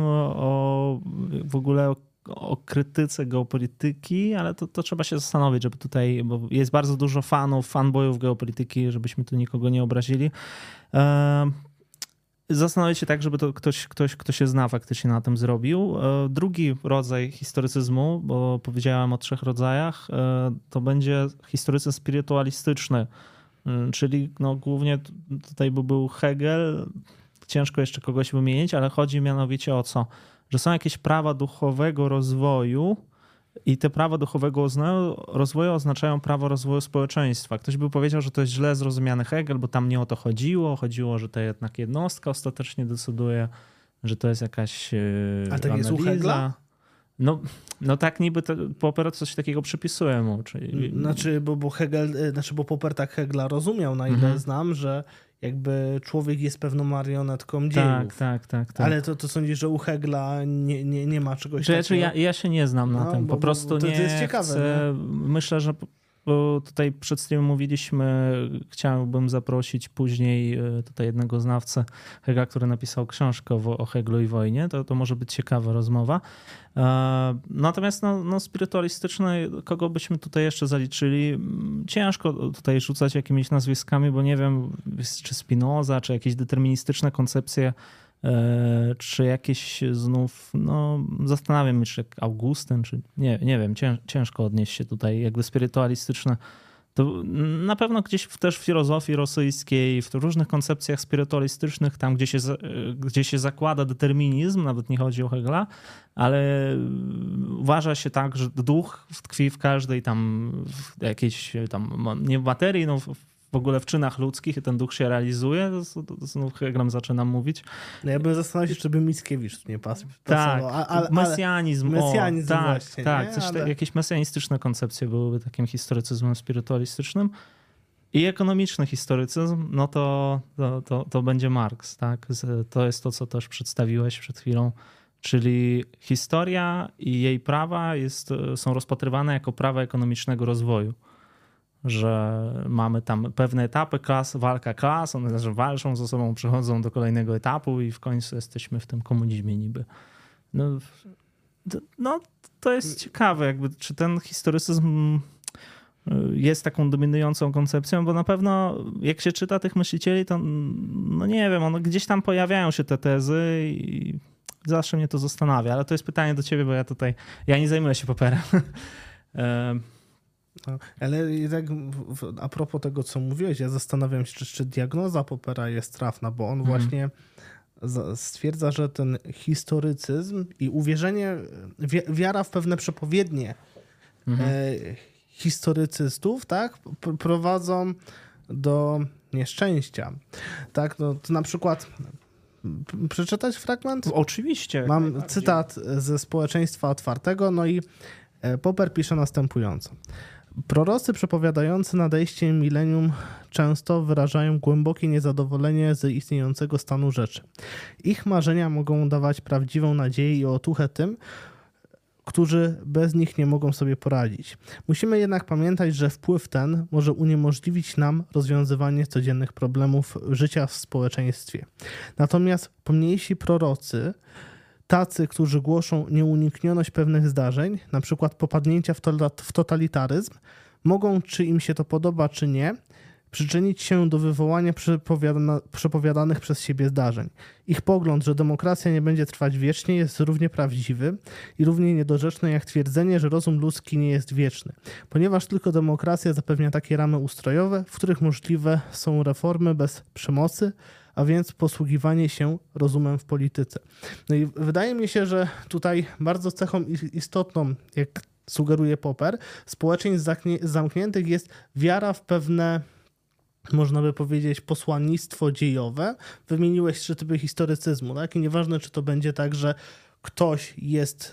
o w ogóle o, o krytyce geopolityki, ale to, to trzeba się zastanowić, żeby tutaj, bo jest bardzo dużo fanów, fanboyów geopolityki, żebyśmy tu nikogo nie obrazili. zastanowić się tak, żeby to ktoś, ktoś, kto się zna, faktycznie na tym zrobił. Drugi rodzaj historycyzmu, bo powiedziałem o trzech rodzajach, to będzie historycyzm spirytualistyczny, czyli no głównie tutaj by był Hegel, ciężko jeszcze kogoś wymienić, ale chodzi mianowicie o co? Że są jakieś prawa duchowego rozwoju i te prawa duchowego rozwoju oznaczają prawo rozwoju społeczeństwa. Ktoś by powiedział, że to jest źle zrozumiany Hegel, bo tam nie o to chodziło. Chodziło, że to jednak jednostka ostatecznie decyduje, że to jest jakaś A tak jest u Hegla? No, no tak niby to, Popper coś takiego przypisuje mu. Czyli... Znaczy, bo, bo Hegel, znaczy, bo Popper tak Hegla rozumiał, na ile mhm. znam, że jakby człowiek jest pewną marionetką dziejów. Tak, tak, tak, tak. Ale to, to sądzisz, że u Hegla nie, nie, nie ma czegoś Czy, takiego? Ja, ja się nie znam na no, tym. Po bo, prostu bo to, nie to jest ciekawe, chcę... Myślę, że bo tutaj przed streamem mówiliśmy, chciałbym zaprosić później tutaj jednego znawcę Hegla, który napisał książkę o Heglu i wojnie. To, to może być ciekawa rozmowa. Natomiast no, no spirytualistyczne, kogo byśmy tutaj jeszcze zaliczyli? Ciężko tutaj rzucać jakimiś nazwiskami, bo nie wiem, czy Spinoza, czy jakieś deterministyczne koncepcje, czy jakieś znów, no zastanawiam się, czy Augustyn, czy nie, nie wiem, ciężko odnieść się tutaj jakby spirytualistyczne. To na pewno gdzieś też w filozofii rosyjskiej, w różnych koncepcjach spirytualistycznych, tam gdzie się, gdzie się zakłada determinizm, nawet nie chodzi o Hegla, ale uważa się tak, że duch tkwi w każdej tam w jakiejś tam, nie w materii, no w ogóle w czynach ludzkich i ten duch się realizuje, to znów Heglem zaczynam mówić. No ja bym zastanawiał się, czy by Mickiewicz tu nie pasował. Tak, a, a, mesjanizm. Mesjanizm o, właśnie. Tak, nie? coś ale... tak, jakieś mesjanistyczne koncepcje byłyby takim historycyzmem spirytualistycznym. I ekonomiczny historycyzm, no to, to, to, to będzie Marx. Tak? To jest to, co też przedstawiłeś przed chwilą. Czyli historia i jej prawa jest, są rozpatrywane jako prawa ekonomicznego rozwoju. Że mamy tam pewne etapy klas, walka klas, one też walczą ze sobą, przechodzą do kolejnego etapu i w końcu jesteśmy w tym komunizmie niby. No, no to jest ciekawe, jakby, czy ten historycyzm jest taką dominującą koncepcją, bo na pewno jak się czyta tych myślicieli, to no nie wiem, one, gdzieś tam pojawiają się te tezy i zawsze mnie to zastanawia, ale to jest pytanie do ciebie, bo ja tutaj, ja nie zajmuję się Popperem. No, ale tak a propos tego, co mówiłeś, ja zastanawiam się, czy, czy diagnoza Poppera jest trafna, bo on mhm. właśnie stwierdza, że ten historycyzm i uwierzenie, wiara w pewne przepowiednie mhm. e, historycystów, tak, prowadzą do nieszczęścia. Tak, no to na przykład przeczytać fragment? Oczywiście. Mam cytat ze Społeczeństwa Otwartego, no i Popper pisze następująco. Prorocy przepowiadający nadejście milenium często wyrażają głębokie niezadowolenie z istniejącego stanu rzeczy. Ich marzenia mogą dawać prawdziwą nadzieję i otuchę tym, którzy bez nich nie mogą sobie poradzić. Musimy jednak pamiętać, że wpływ ten może uniemożliwić nam rozwiązywanie codziennych problemów życia w społeczeństwie. Natomiast pomniejsi prorocy, tacy, którzy głoszą nieuniknioność pewnych zdarzeń, na przykład popadnięcia w, to, w totalitaryzm, mogą, czy im się to podoba, czy nie, przyczynić się do wywołania przepowiadana, przepowiadanych przez siebie zdarzeń. Ich pogląd, że demokracja nie będzie trwać wiecznie, jest równie prawdziwy i równie niedorzeczny jak twierdzenie, że rozum ludzki nie jest wieczny, ponieważ tylko demokracja zapewnia takie ramy ustrojowe, w których możliwe są reformy bez przemocy, a więc posługiwanie się rozumem w polityce. No i wydaje mi się, że tutaj bardzo cechą istotną, jak sugeruje Popper, społeczeństw zamkniętych jest wiara w pewne, można by powiedzieć, posłannictwo dziejowe. Wymieniłeś trzy typy historycyzmu, tak? I nieważne, czy to będzie tak, że ktoś jest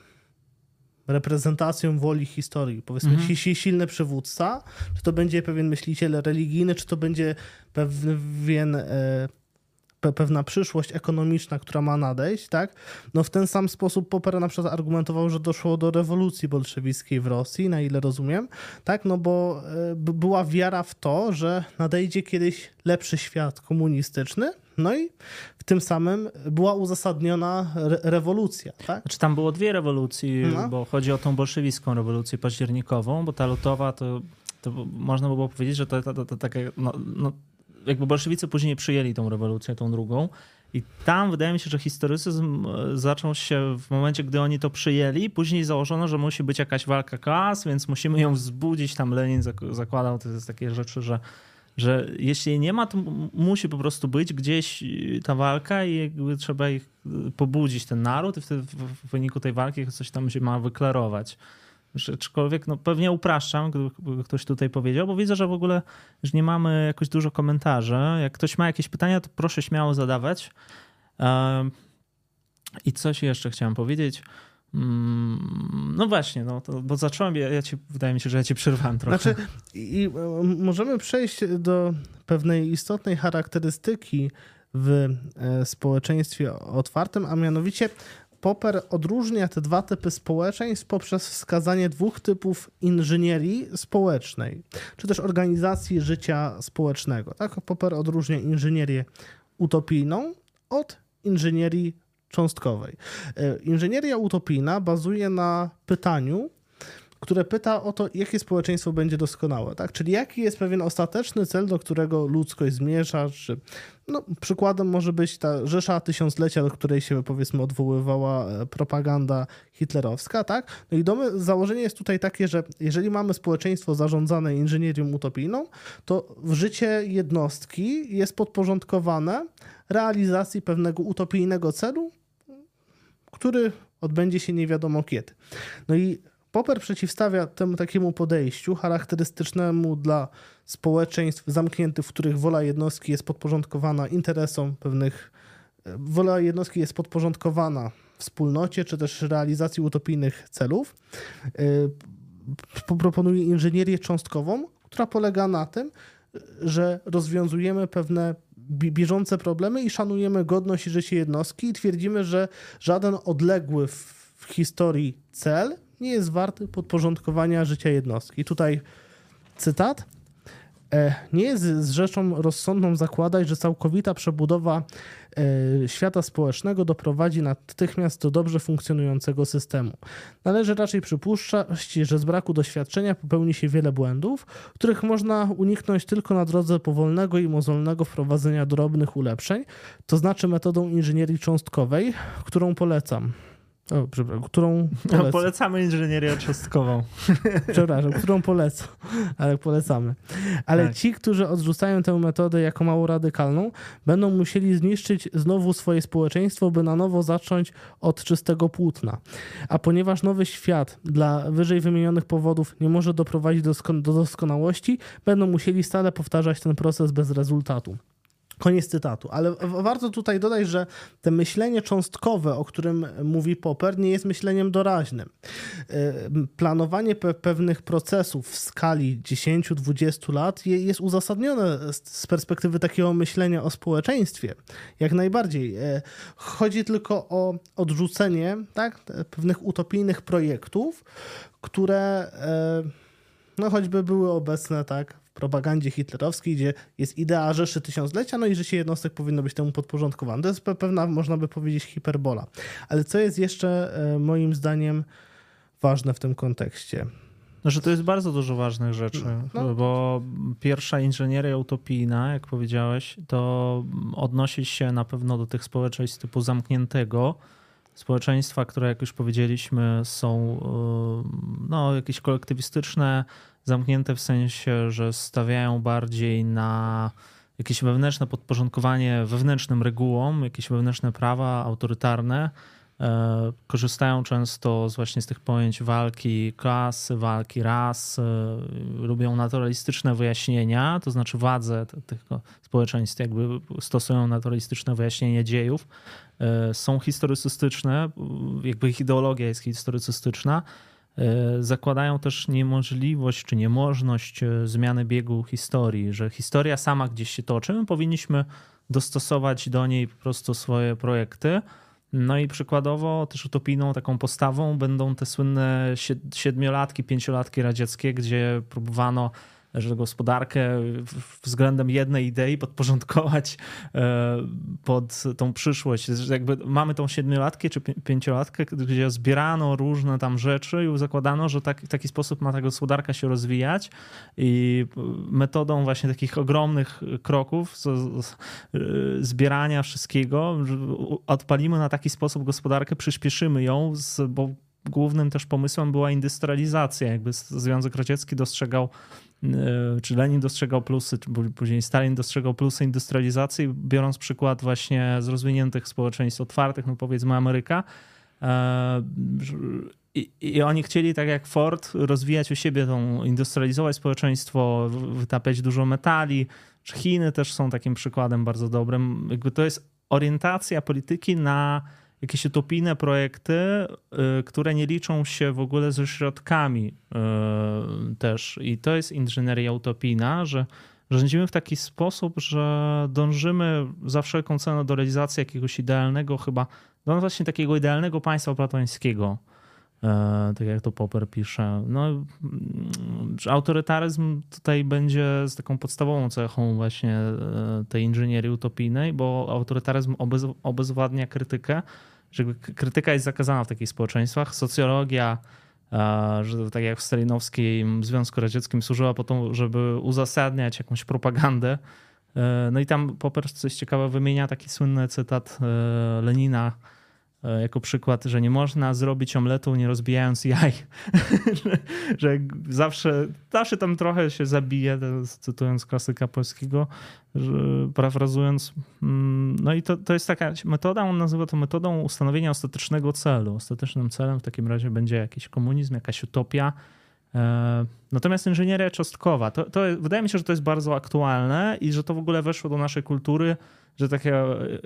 y, reprezentacją woli historii, powiedzmy mhm. silny przywódca, czy to będzie pewien myśliciel religijny, czy to będzie pewien, y, pe, pewna przyszłość ekonomiczna, która ma nadejść, tak? No w ten sam sposób Popper na przykład argumentował, że doszło do rewolucji bolszewickiej w Rosji, na ile rozumiem, tak? No bo y, była wiara w to, że nadejdzie kiedyś lepszy świat komunistyczny, no i w tym samym była uzasadniona re- rewolucja. Tak? Znaczy tam było dwie rewolucje, no. Bo chodzi o tą bolszewicką rewolucję październikową, bo ta lutowa to, to można by było powiedzieć, że to, to, to, to takie, no, no, jakby bolszewicy później przyjęli tą rewolucję, tą drugą I tam wydaje mi się, że historycyzm zaczął się w momencie, gdy oni to przyjęli. Później założono, że musi być jakaś walka klas, więc musimy ją wzbudzić. Tam Lenin zakładał, to jest takie rzeczy, że, że jeśli jej nie ma, to musi po prostu być gdzieś ta walka i jakby trzeba ich pobudzić, ten naród, i wtedy w wyniku tej walki coś tam się ma wyklarować. Aczkolwiek no, pewnie upraszczam, gdyby ktoś tutaj powiedział, bo widzę, że w ogóle już nie mamy jakoś dużo komentarzy. Jak ktoś ma jakieś pytania, to proszę śmiało zadawać. I coś jeszcze chciałem powiedzieć. No właśnie, no to, bo zacząłem, ja, ja ci, wydaje mi się, że ja cię przerwałem trochę. Znaczy, i możemy przejść do pewnej istotnej charakterystyki w społeczeństwie otwartym, a mianowicie Popper odróżnia te dwa typy społeczeństw poprzez wskazanie dwóch typów inżynierii społecznej, czy też organizacji życia społecznego. Tak? Popper odróżnia inżynierię utopijną od inżynierii cząstkowej. Inżynieria utopijna bazuje na pytaniu, które pyta o to, jakie społeczeństwo będzie doskonałe. Tak? Czyli jaki jest pewien ostateczny cel, do którego ludzkość zmierza. Czy, no, przykładem może być ta Rzesza Tysiąclecia, do której się powiedzmy odwoływała propaganda hitlerowska. Tak? No i domy, założenie jest tutaj takie, że jeżeli mamy społeczeństwo zarządzane inżynierią utopijną, to w życie jednostki jest podporządkowane realizacji pewnego utopijnego celu, który odbędzie się nie wiadomo kiedy. No i Popper przeciwstawia temu takiemu podejściu charakterystycznemu dla społeczeństw zamkniętych, w których wola jednostki jest podporządkowana interesom pewnych, wola jednostki jest podporządkowana wspólnocie, czy też realizacji utopijnych celów. Proponuje inżynierię cząstkową, która polega na tym, że rozwiązujemy pewne bieżące problemy i szanujemy godność i życie jednostki i twierdzimy, że żaden odległy w historii cel nie jest warty podporządkowania życia jednostki. Tutaj cytat. Nie jest z rzeczą rozsądną zakładać, że całkowita przebudowa świata społecznego doprowadzi natychmiast do dobrze funkcjonującego systemu. Należy raczej przypuszczać, że z braku doświadczenia popełni się wiele błędów, których można uniknąć tylko na drodze powolnego i mozolnego wprowadzenia drobnych ulepszeń, to znaczy metodą inżynierii cząstkowej, którą polecam. O, przepraszam, którą polecam. No, polecamy inżynierię cząstkową. Przepraszam, którą polecam, ale polecamy. Ale tak. Ci, którzy odrzucają tę metodę jako mało radykalną, będą musieli zniszczyć znowu swoje społeczeństwo, by na nowo zacząć od czystego płótna. A ponieważ nowy świat dla wyżej wymienionych powodów nie może doprowadzić do, do doskonałości, będą musieli stale powtarzać ten proces bez rezultatu. Koniec cytatu. Ale warto tutaj dodać, że to myślenie cząstkowe, o którym mówi Popper, nie jest myśleniem doraźnym. Planowanie pe- pewnych procesów w skali dziesięć do dwudziestu lat jest uzasadnione z perspektywy takiego myślenia o społeczeństwie. Jak najbardziej. Chodzi tylko o odrzucenie, tak, pewnych utopijnych projektów, które no, choćby były obecne, tak, w propagandzie hitlerowskiej, gdzie jest idea Rzeszy Tysiąclecia, no i życie jednostek powinno być temu podporządkowane. To jest pewna, można by powiedzieć, hiperbola. Ale co jest jeszcze moim zdaniem ważne w tym kontekście? No, że to jest bardzo dużo ważnych rzeczy, no. Bo pierwsza inżynieria utopijna, jak powiedziałeś, to odnosi się na pewno do tych społeczeństw typu zamkniętego, społeczeństwa, które, jak już powiedzieliśmy, są no, jakieś kolektywistyczne, zamknięte w sensie, że stawiają bardziej na jakieś wewnętrzne podporządkowanie wewnętrznym regułom, jakieś wewnętrzne prawa autorytarne. Korzystają często z właśnie z tych pojęć walki klasy, walki ras, lubią naturalistyczne wyjaśnienia, to znaczy władze tych społeczeństw jakby stosują naturalistyczne wyjaśnienie dziejów, są historycystyczne, jakby ich ideologia jest historycystyczna, zakładają też niemożliwość czy niemożność zmiany biegu historii, że historia sama gdzieś się toczy, my powinniśmy dostosować do niej po prostu swoje projekty. No i przykładowo też utopijną taką postawą będą te słynne siedmiolatki, pięciolatki radzieckie, gdzie próbowano że gospodarkę względem jednej idei podporządkować pod tą przyszłość. Że jakby mamy tą siedmiolatkę czy pięciolatkę, gdzie zbierano różne tam rzeczy i zakładano, że tak, w taki sposób ma ta gospodarka się rozwijać i metodą właśnie takich ogromnych kroków z, z, zbierania wszystkiego odpalimy na taki sposób gospodarkę, przyspieszymy ją, z, bo głównym też pomysłem była industrializacja. Jakby Związek Radziecki dostrzegał, czy Lenin dostrzegał plusy, czy później Stalin dostrzegał plusy industrializacji, biorąc przykład właśnie z rozwiniętych społeczeństw otwartych, no powiedzmy Ameryka. I, I oni chcieli, tak jak Ford, rozwijać u siebie tą, industrializować społeczeństwo, wytapiać dużo metali. Chiny też są takim przykładem bardzo dobrym. Jakby to jest orientacja polityki na jakieś utopijne projekty, które nie liczą się w ogóle ze środkami też. I to jest inżynieria utopijna, że rządzimy w taki sposób, że dążymy za wszelką cenę do realizacji jakiegoś idealnego, chyba do właśnie takiego idealnego państwa platońskiego. Tak jak to Popper pisze. No, autorytaryzm tutaj będzie z taką podstawową cechą właśnie tej inżynierii utopijnej, bo autorytaryzm obez, obezwładnia krytykę, że krytyka jest zakazana w takich społeczeństwach. Socjologia, że tak jak w stalinowskim Związku Radzieckim, służyła po to, żeby uzasadniać jakąś propagandę. No i tam Popper, coś ciekawe, wymienia taki słynny cytat Lenina jako przykład, że nie można zrobić omletu nie rozbijając jaj. że, że zawsze, zawsze tam trochę się zabije, cytując klasyka polskiego, że, parafrazując. No i to, to jest taka metoda, on nazywa to metodą ustanowienia ostatecznego celu. Ostatecznym celem w takim razie będzie jakiś komunizm, jakaś utopia. Natomiast inżynieria cząstkowa, to, to wydaje mi się, że to jest bardzo aktualne i że to w ogóle weszło do naszej kultury, że taka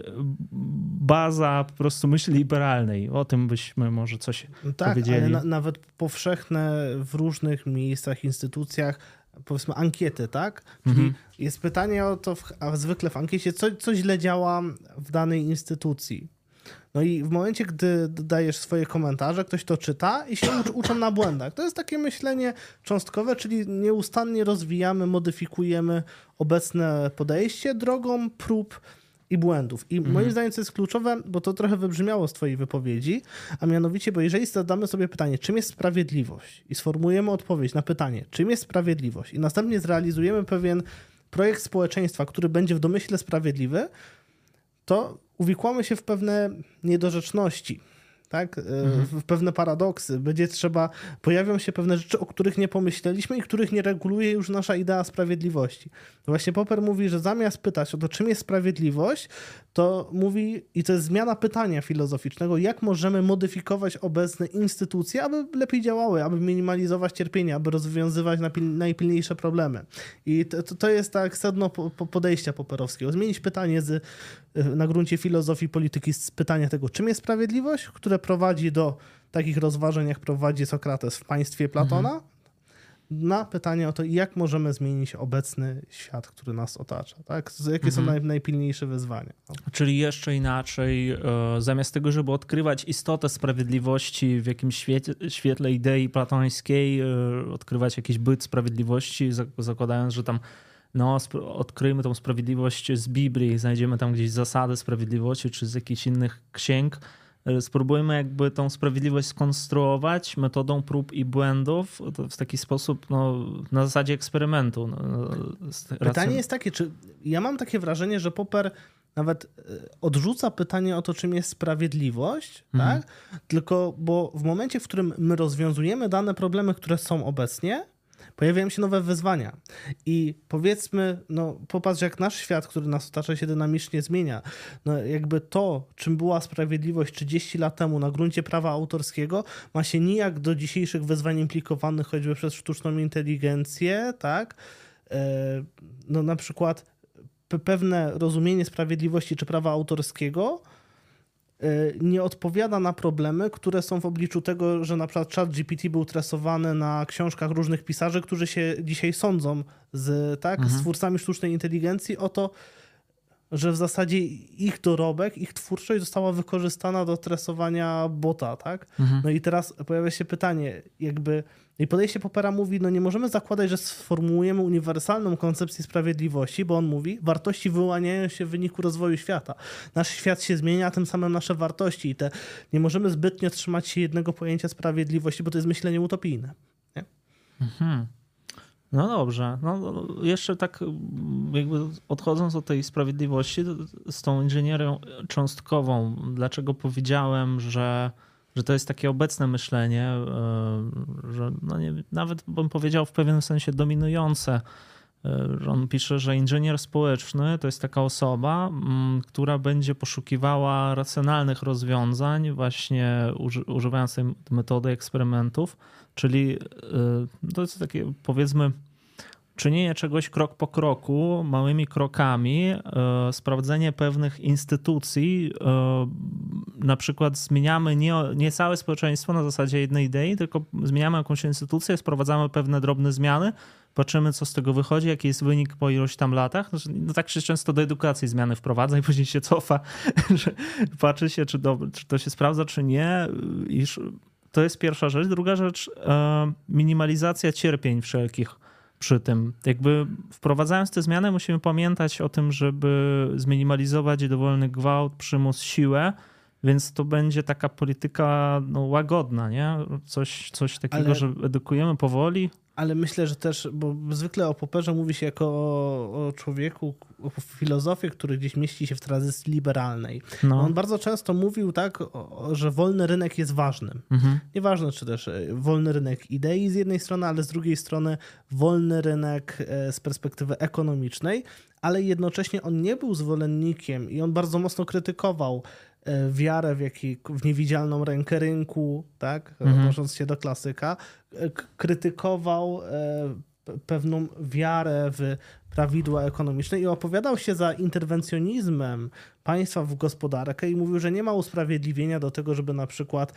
baza po prostu myśli liberalnej. O tym byśmy może coś no tak, powiedzieli. Ale na, nawet powszechne w różnych miejscach, instytucjach, powiedzmy ankiety, tak? Czyli mhm. jest pytanie o to, a zwykle w ankiecie, co, co źle działa w danej instytucji. No i w momencie, gdy dajesz swoje komentarze, ktoś to czyta i się uczy, uczą na błędach. To jest takie myślenie cząstkowe, czyli nieustannie rozwijamy, modyfikujemy obecne podejście drogą prób i błędów. I mhm. moim zdaniem to jest kluczowe, bo to trochę wybrzmiało z twojej wypowiedzi, a mianowicie, bo jeżeli zadamy sobie pytanie, czym jest sprawiedliwość i sformułujemy odpowiedź na pytanie, czym jest sprawiedliwość i następnie zrealizujemy pewien projekt społeczeństwa, który będzie w domyśle sprawiedliwy, to uwikłamy się w pewne niedorzeczności, tak? Mhm. w pewne paradoksy. Będzie trzeba, pojawią się pewne rzeczy, o których nie pomyśleliśmy i których nie reguluje już nasza idea sprawiedliwości. Właśnie Popper mówi, że zamiast pytać o to, czym jest sprawiedliwość, to mówi, i to jest zmiana pytania filozoficznego, jak możemy modyfikować obecne instytucje, aby lepiej działały, aby minimalizować cierpienie, aby rozwiązywać najpilniejsze problemy. I to, to jest tak sedno podejścia popperowskiego. Zmienić pytanie z, na gruncie filozofii polityki z pytania tego, czym jest sprawiedliwość, które prowadzi do takich rozważań, jak prowadzi Sokrates w Państwie Platona, mhm. na pytanie o to, jak możemy zmienić obecny świat, który nas otacza. Tak? Jakie mhm. są naj, najpilniejsze wyzwania. No. Czyli jeszcze inaczej, zamiast tego, żeby odkrywać istotę sprawiedliwości w jakimś świetle, świetle idei platońskiej, odkrywać jakiś byt sprawiedliwości, zakładając, że tam no, odkryjmy tą sprawiedliwość z Biblii, znajdziemy tam gdzieś zasady sprawiedliwości, czy z jakichś innych księg, spróbujmy jakby tą sprawiedliwość skonstruować metodą prób i błędów w taki sposób, no, na zasadzie eksperymentu. Pytanie jest takie, czy ja mam takie wrażenie, że Popper nawet odrzuca pytanie o to, czym jest sprawiedliwość, mhm. tak? Tylko, bo w momencie, w którym my rozwiązujemy dane problemy, które są obecnie, pojawiają się nowe wyzwania. I powiedzmy, no popatrz, jak nasz świat, który nas otacza, się dynamicznie zmienia. No jakby to, czym była sprawiedliwość trzydzieści lat temu na gruncie prawa autorskiego, ma się nijak do dzisiejszych wyzwań implikowanych choćby przez sztuczną inteligencję, tak? No na przykład pewne rozumienie sprawiedliwości czy prawa autorskiego nie odpowiada na problemy, które są w obliczu tego, że na przykład ChatGPT był tresowany na książkach różnych pisarzy, którzy się dzisiaj sądzą z, tak, mhm. z twórcami sztucznej inteligencji o to, że w zasadzie ich dorobek, ich twórczość została wykorzystana do tresowania bota, tak? Mhm. No i teraz pojawia się pytanie, jakby i podejście Poppera mówi, no nie możemy zakładać, że sformułujemy uniwersalną koncepcję sprawiedliwości, bo on mówi, wartości wyłaniają się w wyniku rozwoju świata. Nasz świat się zmienia, a tym samym nasze wartości i te nie możemy zbytnio trzymać się jednego pojęcia sprawiedliwości, bo to jest myślenie utopijne. Nie? Mhm. No dobrze. No, jeszcze tak jakby odchodząc od tej sprawiedliwości z tą inżynierią cząstkową, dlaczego powiedziałem, że, że to jest takie obecne myślenie, że no nie, nawet bym powiedział w pewnym sensie dominujące. On pisze, że inżynier społeczny to jest taka osoba, która będzie poszukiwała racjonalnych rozwiązań właśnie używając tej metody eksperymentów, czyli to jest takie powiedzmy czynienie czegoś krok po kroku, małymi krokami, sprawdzenie pewnych instytucji, na przykład zmieniamy nie, nie całe społeczeństwo na zasadzie jednej idei, tylko zmieniamy jakąś instytucję, sprowadzamy pewne drobne zmiany, patrzymy, co z tego wychodzi, jaki jest wynik po iluś tam latach. No tak się często do edukacji zmiany wprowadza i później się cofa, że patrzy się, czy, do, czy to się sprawdza, czy nie. I to jest pierwsza rzecz. Druga rzecz, minimalizacja cierpień wszelkich przy tym. Jakby wprowadzając te zmiany musimy pamiętać o tym, żeby zminimalizować dowolny gwałt, przymus, siłę, więc to będzie taka polityka no, łagodna, nie? Coś, coś takiego, ale, że edukujemy powoli. Ale myślę, że też, bo zwykle o Popperze mówi się jako o, o człowieku, o filozofie, który gdzieś mieści się w tradycji liberalnej. No. On bardzo często mówił tak, o, że wolny rynek jest ważny. Mhm. Nieważne, czy też wolny rynek idei z jednej strony, ale z drugiej strony wolny rynek z perspektywy ekonomicznej, ale jednocześnie on nie był zwolennikiem i on bardzo mocno krytykował wiarę w, jakiej, w niewidzialną rękę rynku, tak, mhm. odnosząc się do klasyka, krytykował pewną wiarę w prawidła ekonomiczne i opowiadał się za interwencjonizmem państwa w gospodarkę i mówił, że nie ma usprawiedliwienia do tego, żeby na przykład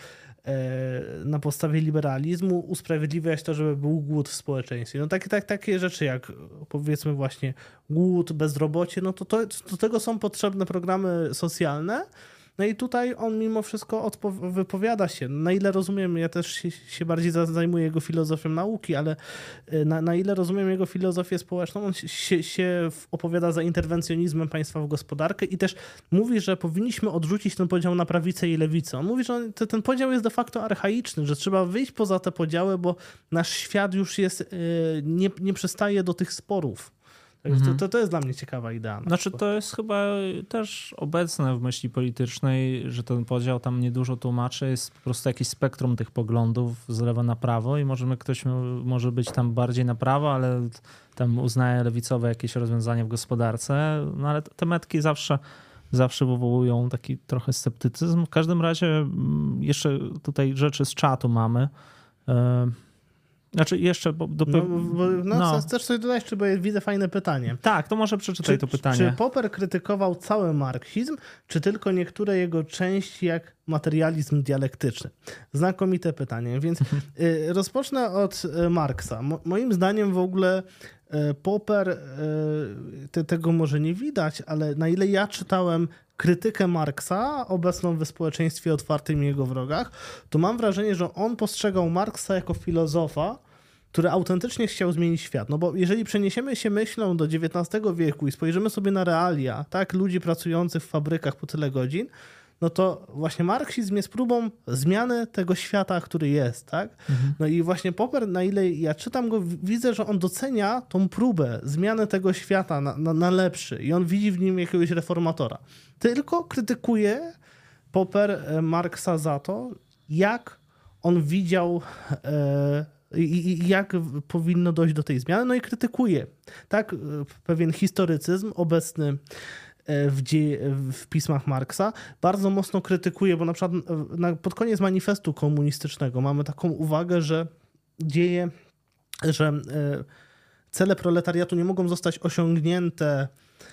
na podstawie liberalizmu usprawiedliwiać to, żeby był głód w społeczeństwie. No takie, tak, takie rzeczy jak powiedzmy właśnie głód, bezrobocie, no to, to do tego są potrzebne programy socjalne. No i tutaj on mimo wszystko odpo- wypowiada się. Na ile rozumiem, ja też się, się bardziej zajmuję jego filozofią nauki, ale na, na ile rozumiem jego filozofię społeczną, on się, się opowiada za interwencjonizmem państwa w gospodarkę i też mówi, że powinniśmy odrzucić ten podział na prawicę i lewicę. On mówi, że on, ten podział jest de facto archaiczny, że trzeba wyjść poza te podziały, bo nasz świat już jest, nie, nie przystaje do tych sporów. To, to, to jest dla mnie ciekawa idea. Znaczy to jest chyba też obecne w myśli politycznej, że ten podział tam niedużo tłumaczy. Jest po prostu jakieś spektrum tych poglądów z lewa na prawo i możemy ktoś może być tam bardziej na prawo, ale tam uznaje lewicowe jakieś rozwiązanie w gospodarce. No ale te metki zawsze, zawsze wywołują taki trochę sceptycyzm. W każdym razie jeszcze tutaj rzeczy z czatu mamy. Znaczy jeszcze... Bo do... No, bo, no, no. Chcesz coś dodać, czy bo widzę fajne pytanie. Tak, to może przeczytaj czy, to pytanie. Czy Popper krytykował cały marksizm, czy tylko niektóre jego części, jak materializm dialektyczny? Znakomite pytanie, więc y, rozpocznę od y, Marksa. Mo, moim zdaniem w ogóle y, Popper, y, te, tego może nie widać, ale na ile ja czytałem krytykę Marksa, obecną w społeczeństwie otwartym i jego wrogach, to mam wrażenie, że on postrzegał Marksa jako filozofa, który autentycznie chciał zmienić świat. No bo jeżeli przeniesiemy się myślą do dziewiętnastego wieku i spojrzymy sobie na realia, tak, ludzi pracujących w fabrykach po tyle godzin, no to właśnie marksizm jest próbą zmiany tego świata, który jest, tak? Mhm. No i właśnie Popper, na ile ja czytam go, widzę, że on docenia tą próbę zmiany tego świata na, na, na lepszy i on widzi w nim jakiegoś reformatora. Tylko krytykuje Popper Marksa za to, jak on widział e, i jak powinno dojść do tej zmiany, no i krytykuje, tak, pewien historycyzm obecny w, dzie- w pismach Marksa, bardzo mocno krytykuje, bo na przykład na, pod koniec manifestu komunistycznego mamy taką uwagę, że dzieje, że e, cele proletariatu nie mogą zostać osiągnięte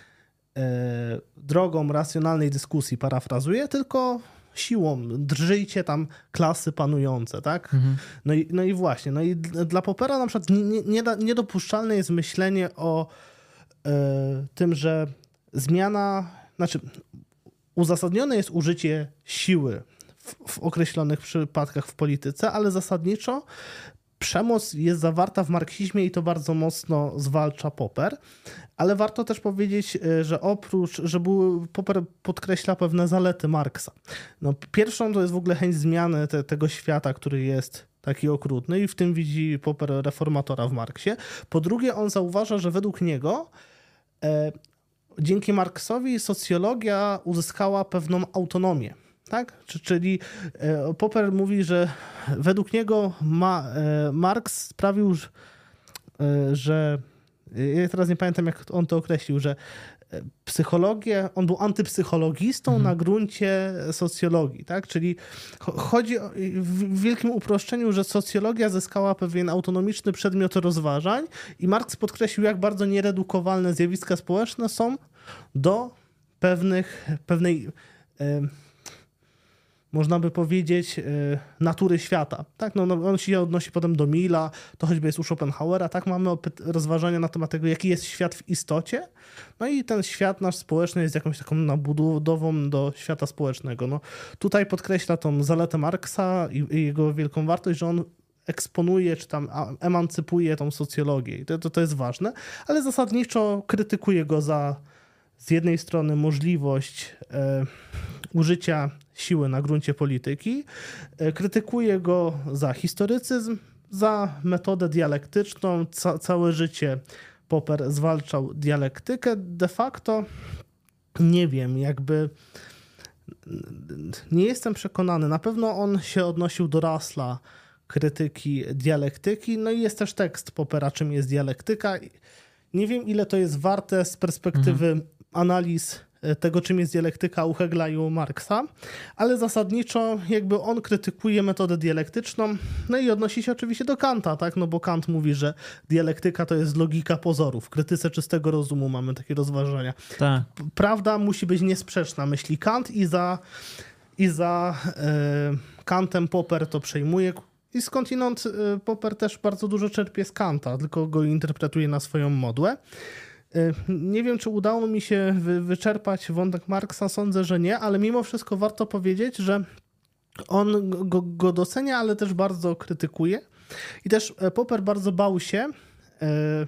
e, drogą racjonalnej dyskusji, parafrazuję, tylko siłą, drżyjcie tam klasy panujące, tak? Mhm. No, i, no i właśnie, no i dla Poppera na przykład nie, nie, niedopuszczalne jest myślenie o e, tym, że zmiana, znaczy uzasadnione jest użycie siły w, w określonych przypadkach w polityce, ale zasadniczo przemoc jest zawarta w marksizmie i to bardzo mocno zwalcza Popper, ale warto też powiedzieć, że oprócz, że był, Popper podkreśla pewne zalety Marksa. No, pierwszą to jest w ogóle chęć zmiany te, tego świata, który jest taki okrutny i w tym widzi Popper reformatora w Marksie. Po drugie, on zauważa, że według niego e, dzięki Marksowi socjologia uzyskała pewną autonomię. Tak? Czyli Popper mówi, że według niego ma, Marks sprawił, że ja teraz nie pamiętam, jak on to określił, że psychologię, on był antypsychologistą mhm. na gruncie socjologii, tak? Czyli chodzi o, w wielkim uproszczeniu, że socjologia zyskała pewien autonomiczny przedmiot rozważań i Marks podkreślił, jak bardzo nieredukowalne zjawiska społeczne są do pewnych, pewnej można by powiedzieć, natury świata. Tak? No, no, on się odnosi potem do Milla, to choćby jest u Schopenhauera. Tak? Mamy rozważania na temat tego, jaki jest świat w istocie. No i ten świat nasz społeczny jest jakąś taką nabudową do świata społecznego. No, tutaj podkreśla tą zaletę Marksa i, i jego wielką wartość, że on eksponuje, czy tam emancypuje tą socjologię. I to, to, to jest ważne, ale zasadniczo krytykuje go za z jednej strony możliwość e, użycia siły na gruncie polityki, e, krytykuje go za historycyzm, za metodę dialektyczną. Ca- całe życie Popper zwalczał dialektykę. De facto nie wiem, jakby nie jestem przekonany. Na pewno on się odnosił do Russella, krytyki dialektyki. No i jest też tekst Poppera, czym jest dialektyka. Nie wiem, ile to jest warte z perspektywy mhm. analiz tego, czym jest dialektyka u Hegla i u Marksa, ale zasadniczo jakby on krytykuje metodę dialektyczną, no i odnosi się oczywiście do Kanta, tak? No bo Kant mówi, że dialektyka to jest logika pozorów. W krytyce czystego rozumu mamy takie rozważania. Tak. Prawda musi być niesprzeczna, myśli Kant i za, i za e, Kantem Popper to przejmuje. I skądinąd e, Popper też bardzo dużo czerpie z Kanta, tylko go interpretuje na swoją modłę. Nie wiem, czy udało mi się wy, wyczerpać wątek Marksa, sądzę, że nie, ale mimo wszystko warto powiedzieć, że on go, go docenia, ale też bardzo krytykuje. I też Popper bardzo bał się e,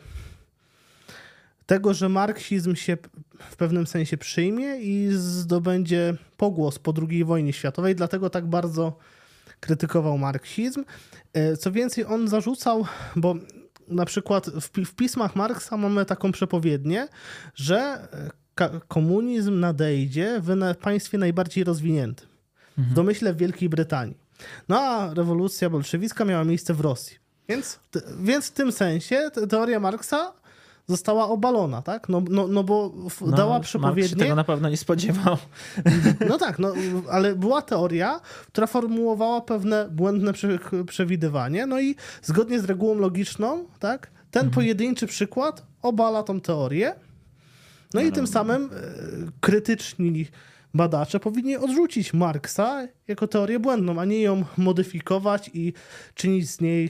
tego, że marksizm się w pewnym sensie przyjmie i zdobędzie pogłos po drugiej wojnie światowej, dlatego tak bardzo krytykował marksizm. E, co więcej, on zarzucał, bo na przykład w, w pismach Marksa mamy taką przepowiednię, że komunizm nadejdzie w na państwie najbardziej rozwiniętym. Mhm. W domyśle w Wielkiej Brytanii. No a rewolucja bolszewicka miała miejsce w Rosji. Więc, więc w tym sensie teoria Marksa została obalona, tak? No, no, no bo no, dała przepowiednię... Marks się tego na pewno nie spodziewał. No tak, no, ale była teoria, która formułowała pewne błędne przewidywanie, no i zgodnie z regułą logiczną, tak? Ten mhm. pojedynczy przykład obala tą teorię, no, no i no. tym samym e, krytyczni badacze powinni odrzucić Marksa jako teorię błędną, a nie ją modyfikować i czynić z niej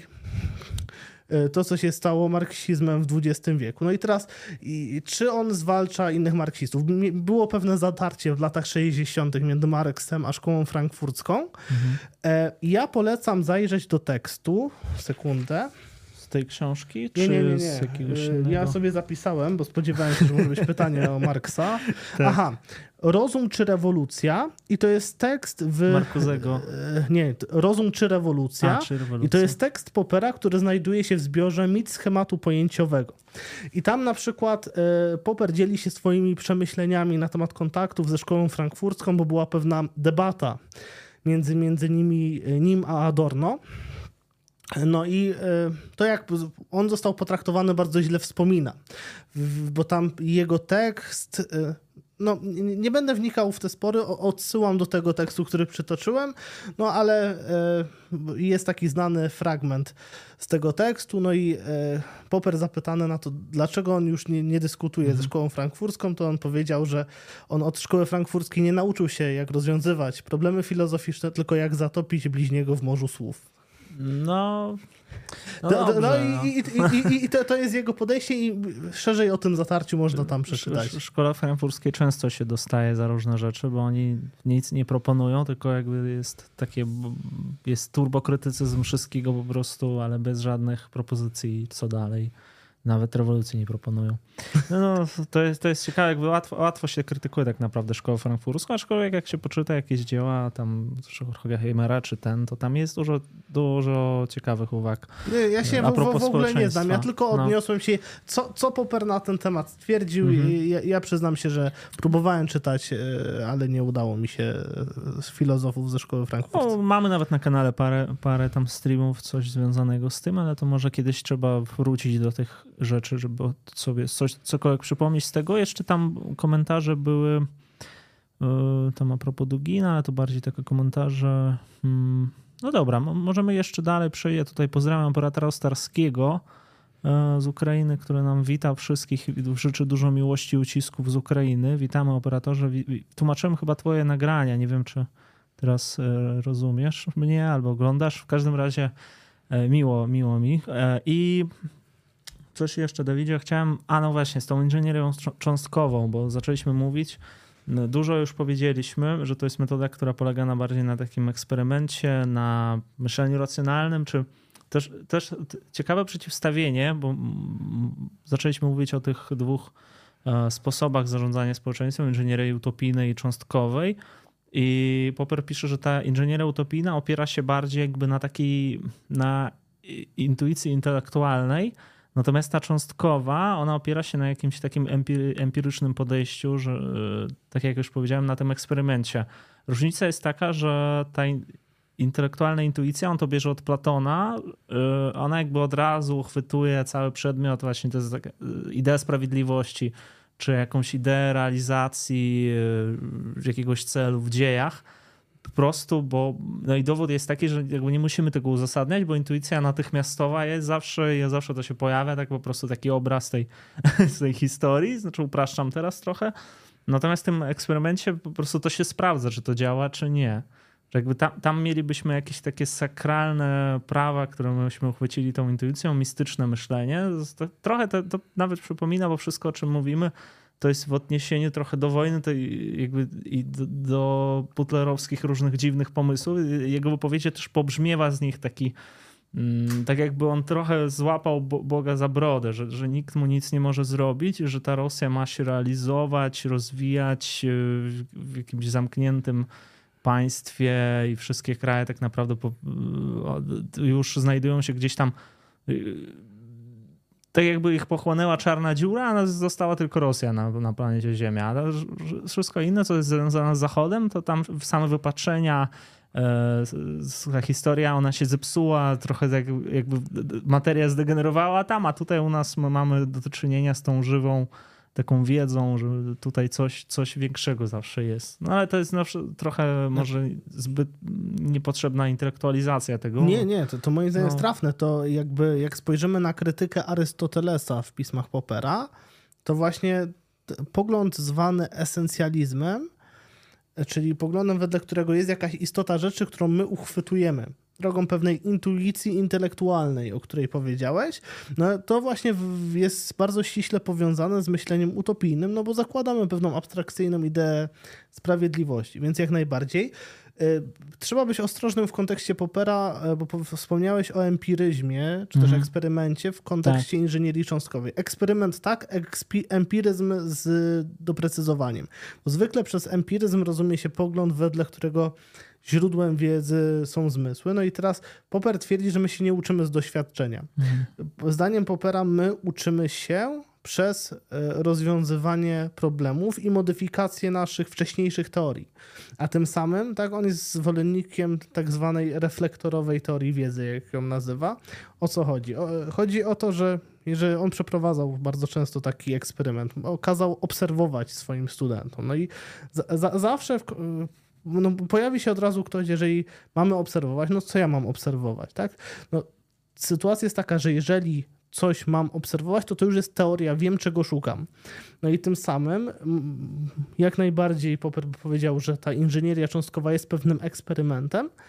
to, co się stało marksizmem w dwudziestym wieku. No i teraz, i, czy on zwalcza innych marksistów? Było pewne zatarcie w latach sześćdziesiątych między Marksem a szkołą frankfurcką. Mhm. E, ja polecam zajrzeć do tekstu, sekundę. Z tej książki, czy nie, nie, nie, nie. z jakiegoś innego? Ja sobie zapisałem, bo spodziewałem się, że może być pytanie o Marksa. Tak. Aha. Rozum czy rewolucja? I to jest tekst w... Marcuzego. Nie, Rozum czy rewolucja? A, czy rewolucja. I to jest tekst Poppera, który znajduje się w zbiorze Mit schematu pojęciowego. I tam na przykład Popper dzieli się swoimi przemyśleniami na temat kontaktów ze szkołą frankfurcką, bo była pewna debata między, między nimi, nim a Adorno. No i to, jak on został potraktowany, bardzo źle wspomina, bo tam jego tekst, no nie będę wnikał w te spory, odsyłam do tego tekstu, który przytoczyłem, no ale jest taki znany fragment z tego tekstu, no i Popper zapytany na to, dlaczego on już nie, nie dyskutuje mhm. ze szkołą frankfurcką, to on powiedział, że on od szkoły frankfurckiej nie nauczył się, jak rozwiązywać problemy filozoficzne, tylko jak zatopić bliźniego w morzu słów. No... No, no, dobrze, no, no. i, i, i, i to, to jest jego podejście i szerzej o tym zatarciu można tam przeczytać. W szkole frankfurskiej często się dostaje za różne rzeczy, bo oni nic nie proponują, tylko jakby jest takie, jest turbokrytycyzm wszystkiego po prostu, ale bez żadnych propozycji co dalej. Nawet rewolucji nie proponują. No, no to, jest, to jest ciekawe, jakby łatwo, łatwo się krytykuje tak naprawdę szkołę frankfurską, aczkolwiek jak się poczyta jakieś dzieła tam Horkheimera czy ten, to tam jest dużo, dużo ciekawych uwag. Nie, ja się w, w, w ogóle nie znam, ja tylko odniosłem no. się, co, co Popper na ten temat stwierdził. Mhm. Ja, ja przyznam się, że próbowałem czytać, ale nie udało mi się z filozofów ze szkoły frankfurskiej. No, mamy nawet na kanale parę, parę tam streamów, coś związanego z tym, ale to może kiedyś trzeba wrócić do tych rzeczy, żeby sobie coś, cokolwiek przypomnieć z tego. Jeszcze tam komentarze były yy, tam a propos Dugina, ale to bardziej takie komentarze. Yy, no dobra, możemy jeszcze dalej przejść. Ja tutaj pozdrawiam operatora Starskiego yy, z Ukrainy, który nam wita wszystkich i życzy dużo miłości i ucisków z Ukrainy. Witamy operatorze. Tłumaczyłem chyba twoje nagrania. Nie wiem, czy teraz yy, rozumiesz mnie albo oglądasz. W każdym razie yy, miło, miło mi. Yy, I coś jeszcze, Dawidzie, chciałem, a no właśnie, z tą inżynierią cząstkową, bo zaczęliśmy mówić, dużo już powiedzieliśmy, że to jest metoda, która polega na bardziej na takim eksperymencie, na myśleniu racjonalnym, czy też, też ciekawe przeciwstawienie, bo zaczęliśmy mówić o tych dwóch sposobach zarządzania społeczeństwem, inżynierii utopijnej i cząstkowej. I Popper pisze, że ta inżynieria utopijna opiera się bardziej jakby na takiej, na intuicji intelektualnej, natomiast ta cząstkowa, ona opiera się na jakimś takim empirycznym podejściu, że tak jak już powiedziałem, na tym eksperymencie. Różnica jest taka, że ta intelektualna intuicja, on to bierze od Platona, ona jakby od razu chwytuje cały przedmiot, właśnie to jest taka idea sprawiedliwości, czy jakąś ideę realizacji jakiegoś celu w dziejach, po prostu, bo no i dowód jest taki, że jakby nie musimy tego uzasadniać, bo intuicja natychmiastowa jest zawsze, jest zawsze to się pojawia, tak po prostu taki obraz tej, tej historii, znaczy upraszczam teraz trochę, natomiast w tym eksperymencie po prostu to się sprawdza, czy to działa, czy nie. Że jakby tam, tam mielibyśmy jakieś takie sakralne prawa, które myśmy uchwycili tą intuicją, mistyczne myślenie. To, trochę to, to nawet przypomina, bo wszystko, o czym mówimy, to jest w odniesieniu trochę do wojny to jakby i do, do butlerowskich różnych dziwnych pomysłów. Jego wypowiedzi też pobrzmiewa z nich taki, tak jakby on trochę złapał Boga za brodę, że, że nikt mu nic nie może zrobić, że ta Rosja ma się realizować, rozwijać w jakimś zamkniętym państwie i wszystkie kraje tak naprawdę po, już znajdują się gdzieś tam, tak jakby ich pochłonęła czarna dziura, a została tylko Rosja na, na planecie Ziemia. A wszystko inne, co jest związane z Zachodem, to tam same wypaczenia, ta historia, ona się zepsuła, trochę jak, jakby materia zdegenerowała tam, a tutaj u nas my mamy do czynienia z tą żywą taką wiedzą, że tutaj coś, coś większego zawsze jest. No ale to jest zawsze trochę może zbyt niepotrzebna intelektualizacja tego. Nie, nie, to, to moim zdaniem no. jest trafne. To jakby jak spojrzymy na krytykę Arystotelesa w pismach Poppera, to właśnie pogląd zwany esencjalizmem, czyli poglądem, wedle którego jest jakaś istota rzeczy, którą my uchwytujemy drogą pewnej intuicji intelektualnej, o której powiedziałeś, no to właśnie jest bardzo ściśle powiązane z myśleniem utopijnym, no bo zakładamy pewną abstrakcyjną ideę sprawiedliwości, więc jak najbardziej. Trzeba być ostrożnym w kontekście Poppera, bo wspomniałeś o empiryzmie, czy też mhm. eksperymencie w kontekście tak. inżynierii cząstkowej. Eksperyment tak, ekspi- empiryzm z doprecyzowaniem. Bo zwykle przez empiryzm rozumie się pogląd, wedle którego źródłem wiedzy są zmysły. No i teraz Popper twierdzi, że my się nie uczymy z doświadczenia. Mhm. Zdaniem Poppera my uczymy się przez rozwiązywanie problemów i modyfikację naszych wcześniejszych teorii. A tym samym, tak, on jest zwolennikiem tak zwanej reflektorowej teorii wiedzy, jak ją nazywa. O co chodzi? O, chodzi o to, że jeżeli on przeprowadzał bardzo często taki eksperyment, kazał obserwować swoim studentom. No i za, za, zawsze w, no, pojawi się od razu ktoś, jeżeli mamy obserwować, no co ja mam obserwować, tak? No, sytuacja jest taka, że jeżeli coś mam obserwować, to to już jest teoria, wiem czego szukam. No i tym samym jak najbardziej Popper powiedział, że ta inżynieria cząstkowa jest pewnym eksperymentem,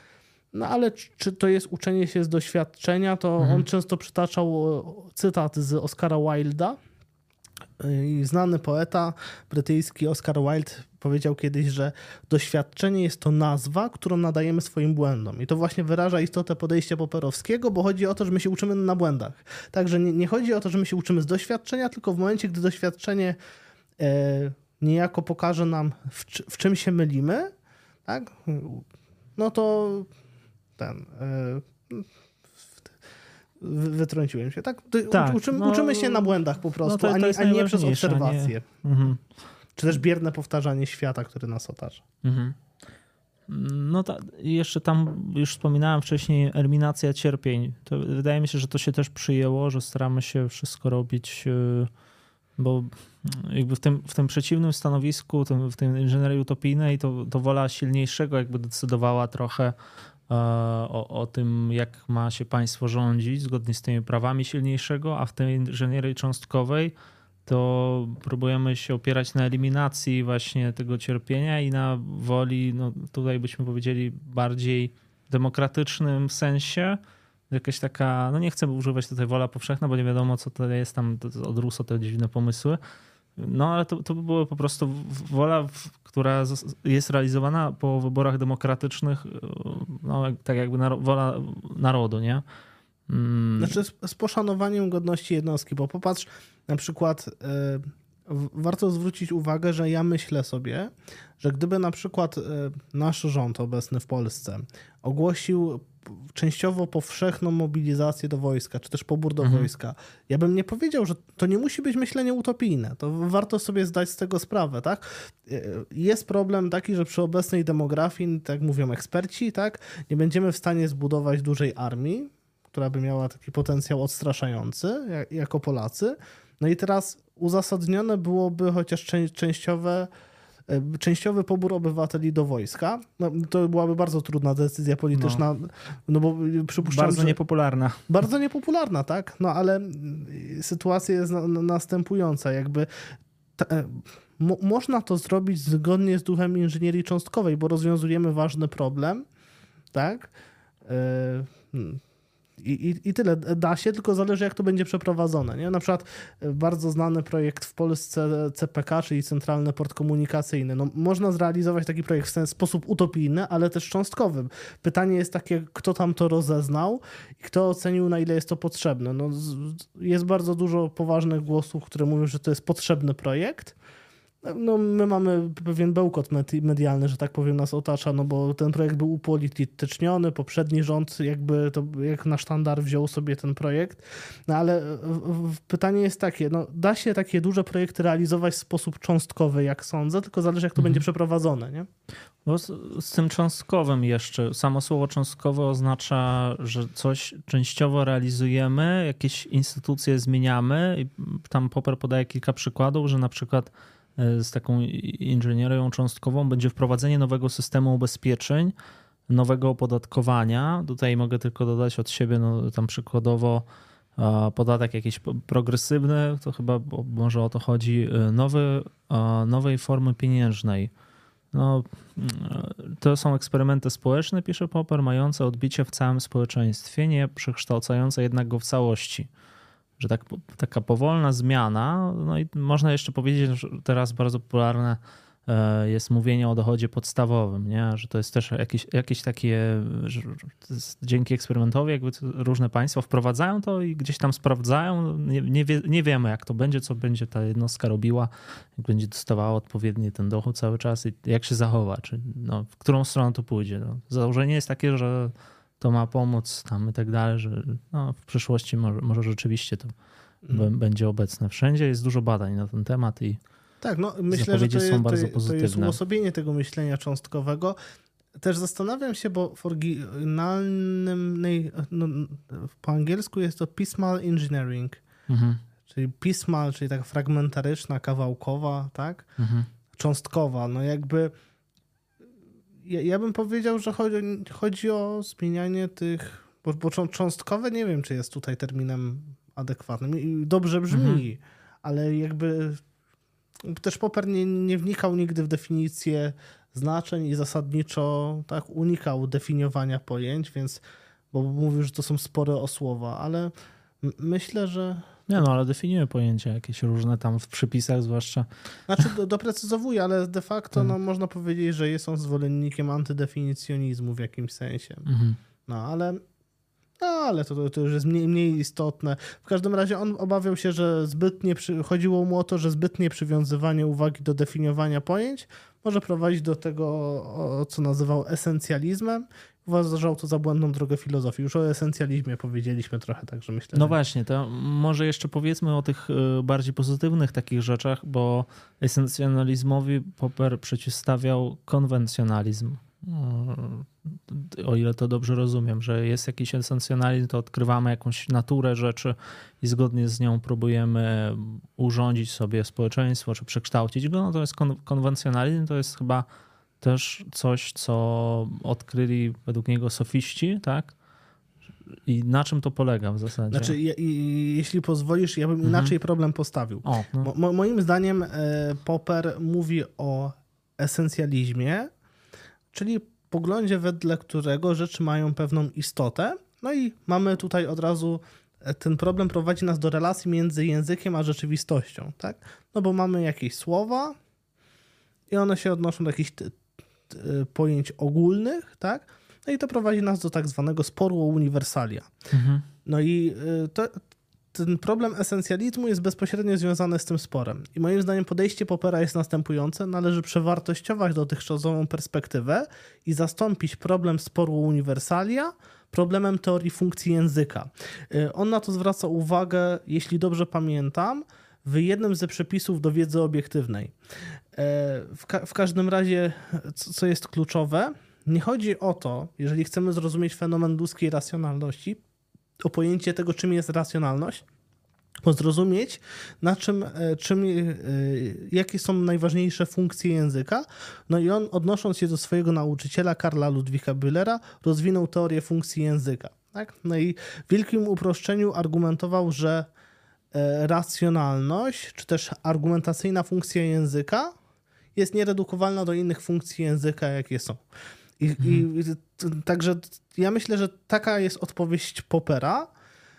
No ale czy to jest uczenie się z doświadczenia, to mhm. on często przytaczał cytat z Oscara Wilda. I znany poeta brytyjski Oscar Wilde powiedział kiedyś, że doświadczenie jest to nazwa, którą nadajemy swoim błędom. I to właśnie wyraża istotę podejścia Popperowskiego, bo chodzi o to, że my się uczymy na błędach. Także nie, nie chodzi o to, że my się uczymy z doświadczenia, tylko w momencie, gdy doświadczenie e, niejako pokaże nam, w, w czym się mylimy, tak? No to ten... E, wytrąciłem się, tak? tak uczymy, no, uczymy się na błędach po prostu, no to, to a, nie, a nie przez obserwację. Nie. Mhm. Czy też bierne powtarzanie świata, który nas otacza. Mhm. No ta, jeszcze tam już wspominałem wcześniej eliminacja cierpień. To wydaje mi się, że to się też przyjęło, że staramy się wszystko robić, bo jakby w tym, w tym przeciwnym stanowisku, tym, w tej inżynierii utopijnej, to, to wola silniejszego jakby decydowała trochę O, o tym, jak ma się państwo rządzić zgodnie z tymi prawami silniejszego, a w tej inżynierii cząstkowej to próbujemy się opierać na eliminacji właśnie tego cierpienia i na woli, no tutaj byśmy powiedzieli bardziej demokratycznym sensie, jakaś taka, no nie chcę używać tutaj wola powszechna, bo nie wiadomo co to jest, tam od Rousseau te dziwne pomysły. No ale to, to by była po prostu wola, która jest realizowana po wyborach demokratycznych, no, tak jakby naro- wola narodu, nie? Mm. Znaczy z, z poszanowaniem godności jednostki, bo popatrz, na przykład y, warto zwrócić uwagę, że ja myślę sobie, że gdyby na przykład y, nasz rząd obecny w Polsce ogłosił częściowo powszechną mobilizację do wojska, czy też pobór do mhm. wojska. Ja bym nie powiedział, że to nie musi być myślenie utopijne. To warto sobie zdać z tego sprawę, tak? Jest problem taki, że przy obecnej demografii, tak mówią eksperci, tak, nie będziemy w stanie zbudować dużej armii, która by miała taki potencjał odstraszający, jak, jako Polacy. No i teraz uzasadnione byłoby chociaż czę- częściowe częściowy pobór obywateli do wojska. No, to byłaby bardzo trudna decyzja polityczna, no, no bo przypuszczam, bardzo że... niepopularna. Bardzo niepopularna, tak? No ale sytuacja jest na, na, następująca. Jakby ta, mo, można to zrobić zgodnie z duchem inżynierii cząstkowej, bo rozwiązujemy ważny problem, tak? Yy, I, i, I tyle. Da się, tylko zależy, jak to będzie przeprowadzone. Nie? Na przykład bardzo znany projekt w Polsce C P K, czyli Centralny Port Komunikacyjny. No, można zrealizować taki projekt w ten sposób utopijny, ale też cząstkowy. Pytanie jest takie, kto tam to rozeznał i kto ocenił, na ile jest to potrzebne. No, jest bardzo dużo poważnych głosów, które mówią, że to jest potrzebny projekt. No, my mamy pewien bełkot medialny, że tak powiem, nas otacza, no bo ten projekt był upolityczniony, poprzedni rząd jakby to jak na sztandar wziął sobie ten projekt, no ale pytanie jest takie, no da się takie duże projekty realizować w sposób cząstkowy, jak sądzę, tylko zależy, jak to mhm. będzie przeprowadzone, nie? Bo z, z tym cząstkowym jeszcze, samo słowo cząstkowe oznacza, że coś częściowo realizujemy, jakieś instytucje zmieniamy i tam Popper podaje kilka przykładów, że na przykład z taką inżynierią cząstkową będzie wprowadzenie nowego systemu ubezpieczeń, nowego opodatkowania. Tutaj mogę tylko dodać od siebie, no tam przykładowo podatek jakiś progresywny, to chyba może o to chodzi, nowy, nowej formy pieniężnej. No, to są eksperymenty społeczne, pisze Popper, mające odbicie w całym społeczeństwie, nie przekształcające jednak go w całości. Że tak, taka powolna zmiana, no i można jeszcze powiedzieć, że teraz bardzo popularne jest mówienie o dochodzie podstawowym, nie? Że to jest też jakieś, jakieś takie, że dzięki eksperymentowi jakby różne państwa wprowadzają to i gdzieś tam sprawdzają, nie, nie, wie, nie wiemy jak to będzie, co będzie ta jednostka robiła, jak będzie dostawała odpowiedni ten dochód cały czas i jak się zachowa, czy no, w którą stronę to pójdzie. No, założenie jest takie, że to ma pomóc tam i tak dalej, że no, w przyszłości może, może rzeczywiście to mm. będzie obecne wszędzie. Jest dużo badań na ten temat i tak, no myślę, że to jest, są bardzo to, to jest uosobienie tego myślenia cząstkowego. Też zastanawiam się, bo w oryginalnym, no, po angielsku jest to piecemeal engineering, mhm. czyli piecemeal, czyli taka fragmentaryczna, kawałkowa, tak? Mhm. Cząstkowa. No jakby ja, ja bym powiedział, że chodzi, chodzi o zmienianie tych, bo, bo cząstkowe nie wiem, czy jest tutaj terminem adekwatnym. Dobrze brzmi, mhm. ale jakby też Popper nie, nie wnikał nigdy w definicję znaczeń i zasadniczo tak unikał definiowania pojęć, więc bo mówił, że to są spore o słowa, ale myślę, że... Nie no, ale definiuje pojęcia jakieś różne tam w przypisach zwłaszcza. Znaczy do, doprecyzowuje, ale de facto no, można powiedzieć, że jest on zwolennikiem antydefinicjonizmu w jakimś sensie. Mhm. No ale... No, ale to, to już jest mniej, mniej istotne. W każdym razie on obawiał się, że zbytnie przy... chodziło mu o to, że zbytnie przywiązywanie uwagi do definiowania pojęć może prowadzić do tego, o, co nazywał esencjalizmem. Uważał to za błędną drogę filozofii. Już o esencjalizmie powiedzieliśmy trochę, także myślę, No że... właśnie, to może jeszcze powiedzmy o tych bardziej pozytywnych takich rzeczach, bo esencjonalizmowi Popper przeciwstawiał konwencjonalizm. O ile to dobrze rozumiem, że jest jakiś esencjonalizm, to odkrywamy jakąś naturę rzeczy i zgodnie z nią próbujemy urządzić sobie społeczeństwo, czy przekształcić go. Natomiast konwencjonalizm to jest chyba też coś, co odkryli według niego sofiści, tak? I na czym to polega w zasadzie? Znaczy, je, jeśli pozwolisz, ja bym mhm. inaczej problem postawił. O, no. Mo, moim zdaniem Popper mówi o esencjalizmie, czyli poglądzie, wedle którego rzeczy mają pewną istotę. No i mamy tutaj od razu, ten problem prowadzi nas do relacji między językiem a rzeczywistością, tak? No bo mamy jakieś słowa i one się odnoszą do jakichś t- t- pojęć ogólnych, tak? No i to prowadzi nas do tak zwanego sporu o uniwersalia. Mhm. No i to, ten problem esencjalizmu jest bezpośrednio związany z tym sporem. I moim zdaniem podejście Poppera jest następujące. Należy przewartościować dotychczasową perspektywę i zastąpić problem sporu o uniwersalia problemem teorii funkcji języka. On na to zwraca uwagę, jeśli dobrze pamiętam, w jednym ze przepisów do wiedzy obiektywnej. W, ka- w każdym razie, co, co jest kluczowe, nie chodzi o to, jeżeli chcemy zrozumieć fenomen ludzkiej racjonalności, o pojęcie tego, czym jest racjonalność, bo zrozumieć, na czym, czym, jakie są najważniejsze funkcje języka. No i on, odnosząc się do swojego nauczyciela Karla Ludwiga Bühlera, rozwinął teorię funkcji języka. Tak? No i w wielkim uproszczeniu argumentował, że racjonalność, czy też argumentacyjna funkcja języka jest nieredukowalna do innych funkcji języka, jakie są. I, mhm. i także ja myślę, że taka jest odpowiedź Poppera.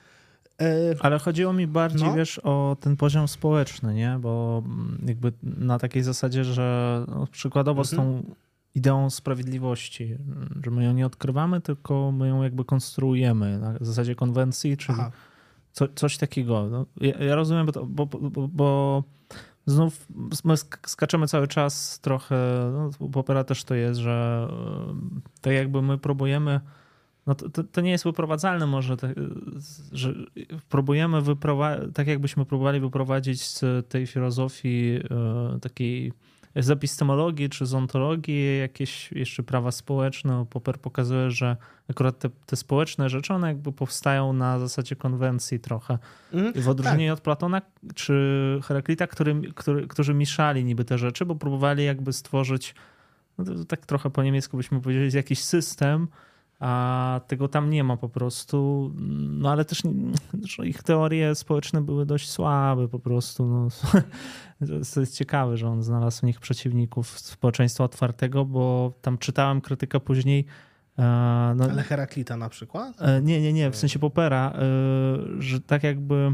Ale chodziło mi bardziej, no. wiesz, o ten poziom społeczny, nie? Bo jakby na takiej zasadzie, że no, przykładowo mhm. z tą ideą sprawiedliwości, że my ją nie odkrywamy, tylko my ją jakby konstruujemy na zasadzie konwencji, czyli co, coś takiego. No, ja, ja rozumiem, bo, to, bo, bo, bo znów my skaczemy cały czas trochę, no, Poppera też to jest, że tak jakby my próbujemy, no to, to, to nie jest wyprowadzalne może, tak, że próbujemy wyprowadzić, tak jakbyśmy próbowali wyprowadzić z tej filozofii takiej z epistemologii czy z ontologii jakieś jeszcze prawa społeczne. Popper pokazuje, że akurat te, te społeczne rzeczy, one jakby powstają na zasadzie konwencji trochę. Mm, w odróżnieniu tak. od Platona czy Heraklita, który, który, którzy mieszali niby te rzeczy, bo próbowali jakby stworzyć, no to tak trochę po niemiecku byśmy powiedzieli, jakiś system, a tego tam nie ma po prostu. No ale też ich teorie społeczne były dość słabe po prostu. No. To jest ciekawe, że on znalazł w nich przeciwników społeczeństwa otwartego, bo tam czytałem krytykę później. No, ale Heraklita na przykład? Nie, nie, nie, w sensie Poppera, że tak jakby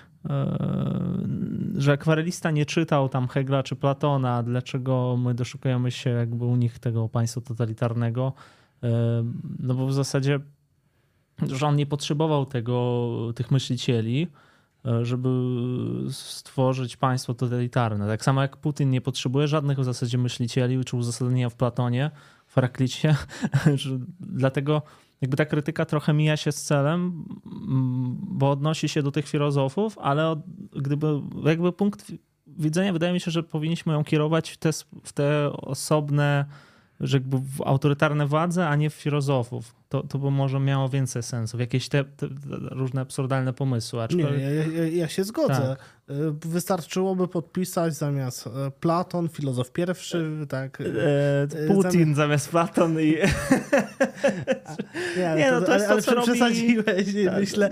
że akwarelista nie czytał tam Hegla czy Platona, dlaczego my doszukujemy się jakby u nich tego państwa totalitarnego. No bo w zasadzie, że on nie potrzebował tego, tych myślicieli, żeby stworzyć państwo totalitarne. Tak samo jak Putin nie potrzebuje żadnych w zasadzie myślicieli czy uzasadnienia w Platonie, w Heraklicie. Dlatego jakby ta krytyka trochę mija się z celem, bo odnosi się do tych filozofów, ale od, gdyby jakby punkt widzenia, wydaje mi się, że powinniśmy ją kierować w te, w te osobne, że jakby w autorytarne władze, a nie w filozofów. to, to by może miało więcej sensu. Jakieś te, te różne absurdalne pomysły. Aczkolwiek... Nie, ja, ja, ja się zgodzę. Tak. Wystarczyłoby podpisać zamiast Platon, filozof pierwszy, tak. E, Putin zamiast, zamiast Platon i... nie, nie, no to, to jest ale, to, ale co przesadziłeś, robi... myślę.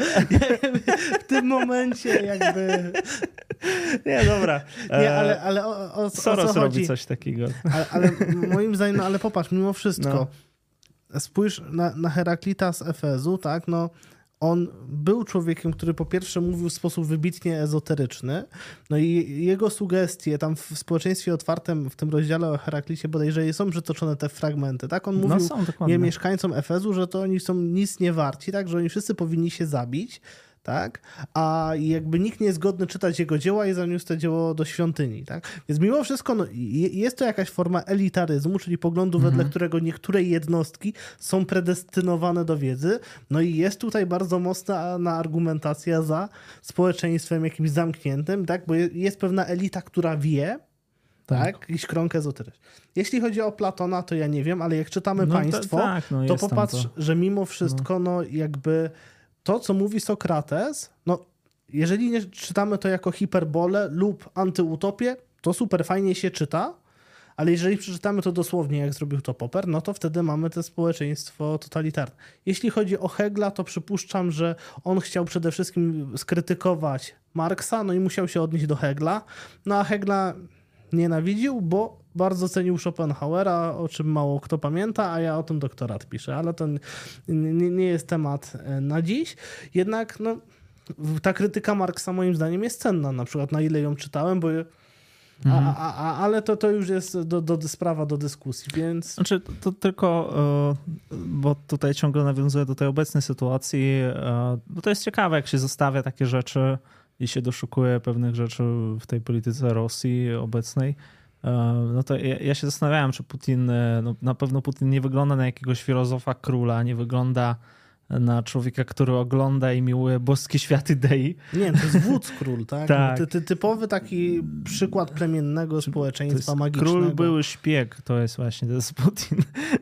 W tym momencie jakby... Nie, dobra. Nie, ale, ale o, o, Soros o co chodzi? robi coś takiego. Ale, ale moim zdaniem, no ale popatrz, mimo wszystko, no. spójrz na, na Heraklita z Efezu, tak, no on był człowiekiem, który po pierwsze mówił w sposób wybitnie ezoteryczny, no i jego sugestie tam w społeczeństwie otwartym, w tym rozdziale o Heraklicie bodajże są przytoczone te fragmenty, tak? On mówił no są, nie, mieszkańcom Efezu, że to oni są nic nie warci, tak? Że oni wszyscy powinni się zabić, tak? A jakby nikt nie jest godny czytać jego dzieła i zaniósł to dzieło do świątyni, tak? Więc mimo wszystko no, jest to jakaś forma elitaryzmu, czyli poglądu, mhm. wedle którego niektóre jednostki są predestynowane do wiedzy. No i jest tutaj bardzo mocna na argumentacja za społeczeństwem jakimś zamkniętym, tak? Bo jest pewna elita, która wie, tak? tak? Jakiś krąg ezoteryczny. Jeśli chodzi o Platona, to ja nie wiem, ale jak czytamy no państwo, to, tak, no to popatrz, to. że mimo wszystko, no, no jakby to, co mówi Sokrates, no jeżeli nie czytamy to jako hiperbolę lub antyutopię, to super fajnie się czyta, ale jeżeli przeczytamy to dosłownie, jak zrobił to Popper, no to wtedy mamy to społeczeństwo totalitarne. Jeśli chodzi o Hegla, to przypuszczam, że on chciał przede wszystkim skrytykować Marksa, no i musiał się odnieść do Hegla, no a Hegla nienawidził, bo bardzo cenił Schopenhauera, o czym mało kto pamięta, a ja o tym doktorat piszę, ale to nie, nie jest temat na dziś. Jednak no, ta krytyka Marksa moim zdaniem jest cenna, na przykład na ile ją czytałem, bo mhm. a, a, a, ale to, to już jest do, do, sprawa do dyskusji, więc... Znaczy, to, to tylko, bo tutaj ciągle nawiązuję do tej obecnej sytuacji, bo to jest ciekawe, jak się zostawia takie rzeczy i się doszukuje pewnych rzeczy w tej polityce Rosji obecnej. No to ja, ja się zastanawiałem, czy Putin, no na pewno Putin nie wygląda na jakiegoś filozofa króla, nie wygląda na człowieka, który ogląda i miłuje boski świat idei. Nie, to jest wódz król, tak? tak. Ty, ty, typowy taki przykład plemiennego społeczeństwa magicznego. Król były szpieg, to jest właśnie, to jest Putin.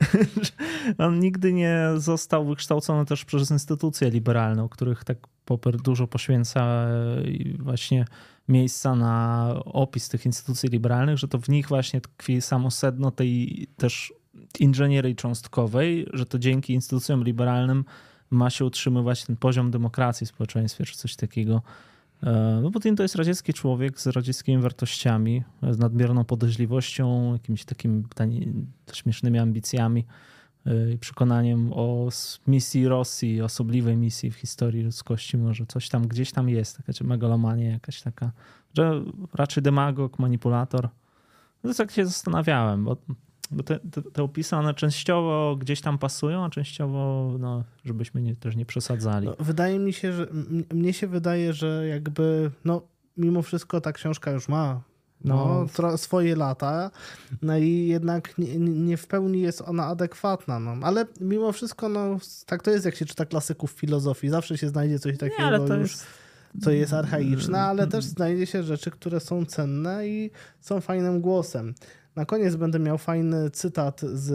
On nigdy nie został wykształcony też przez instytucje liberalne, o których tak Popper dużo poświęca i właśnie miejsca na opis tych instytucji liberalnych, że to w nich właśnie tkwi samo sedno tej też inżynierii cząstkowej, że to dzięki instytucjom liberalnym ma się utrzymywać ten poziom demokracji w społeczeństwie, czy coś takiego. No Putin to jest radziecki człowiek z radzieckimi wartościami, z nadmierną podejrzliwością, jakimiś takimi śmiesznymi ambicjami i przekonaniem o misji Rosji, osobliwej misji w historii ludzkości, może coś tam gdzieś tam jest, taka megalomania jakaś taka, że raczej demagog, manipulator. No to tak się zastanawiałem, bo, bo te, te, te opisy, one częściowo gdzieś tam pasują, a częściowo, no, żebyśmy nie, też nie przesadzali. No, wydaje mi się, że mnie się wydaje, że jakby, no, mimo wszystko ta książka już ma No, no swoje lata, no i jednak nie, nie w pełni jest ona adekwatna, no. Ale mimo wszystko, no, tak to jest, jak się czyta klasyków filozofii, zawsze się znajdzie coś takiego nie, ale to już, jest... co jest archaiczne, ale też znajdzie się rzeczy, które są cenne i są fajnym głosem. Na koniec będę miał fajny cytat z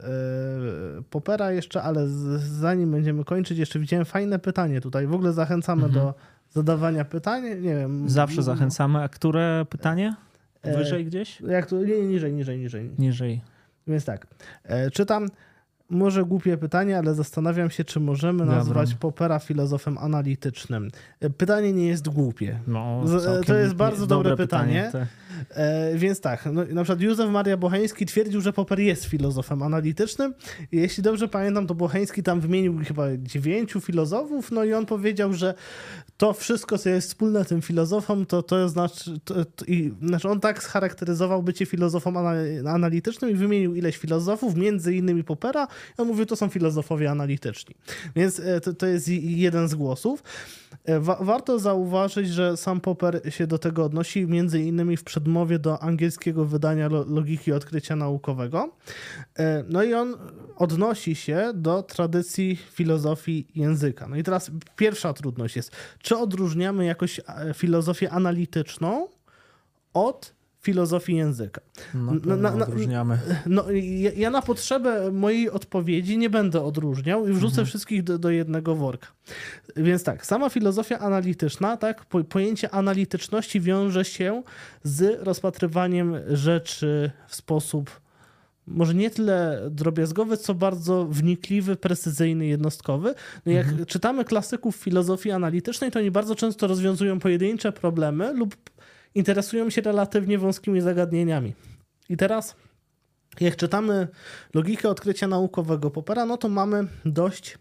y, Poppera jeszcze, ale z, zanim będziemy kończyć, jeszcze widziałem fajne pytanie tutaj. W ogóle zachęcamy mhm. do zadawania pytań. Nie wiem. Zawsze zachęcamy. A które pytanie? Wyżej gdzieś? Jak to? Nie, niżej, niżej, niżej. Niżej. Więc tak. Czytam. Może głupie pytanie, ale zastanawiam się, czy możemy Dobra. nazwać Poppera filozofem analitycznym. Pytanie nie jest głupie. No, to jest bardzo dobre, dobre pytanie. pytanie e, więc tak, no, na przykład Józef Maria Bocheński twierdził, że Popper jest filozofem analitycznym. I jeśli dobrze pamiętam, to Bocheński tam wymienił chyba dziewięciu filozofów, no i on powiedział, że to wszystko, co jest wspólne tym filozofom, to to znaczy, to, to, i, znaczy on tak scharakteryzował bycie filozofem analitycznym i wymienił ileś filozofów, między innymi Poppera. On mówił, to są filozofowie analityczni. Więc to, to jest jeden z głosów. Wa- warto zauważyć, że sam Popper się do tego odnosi, między innymi w przedmowie do angielskiego wydania Logiki Odkrycia Naukowego. No i on odnosi się do tradycji filozofii języka. No i teraz pierwsza trudność jest, czy odróżniamy jakoś filozofię analityczną od filozofii języka. No, na, na, na, odróżniamy. No, ja, ja na potrzebę mojej odpowiedzi nie będę odróżniał i wrzucę mhm. wszystkich do, do jednego worka. Więc tak, sama filozofia analityczna, tak, po, pojęcie analityczności wiąże się z rozpatrywaniem rzeczy w sposób może nie tyle drobiazgowy, co bardzo wnikliwy, precyzyjny, jednostkowy. No jak mhm. czytamy klasyków filozofii analitycznej, to oni bardzo często rozwiązują pojedyncze problemy lub interesują się relatywnie wąskimi zagadnieniami. I teraz, jak czytamy logikę odkrycia naukowego Poppera, no to mamy dość,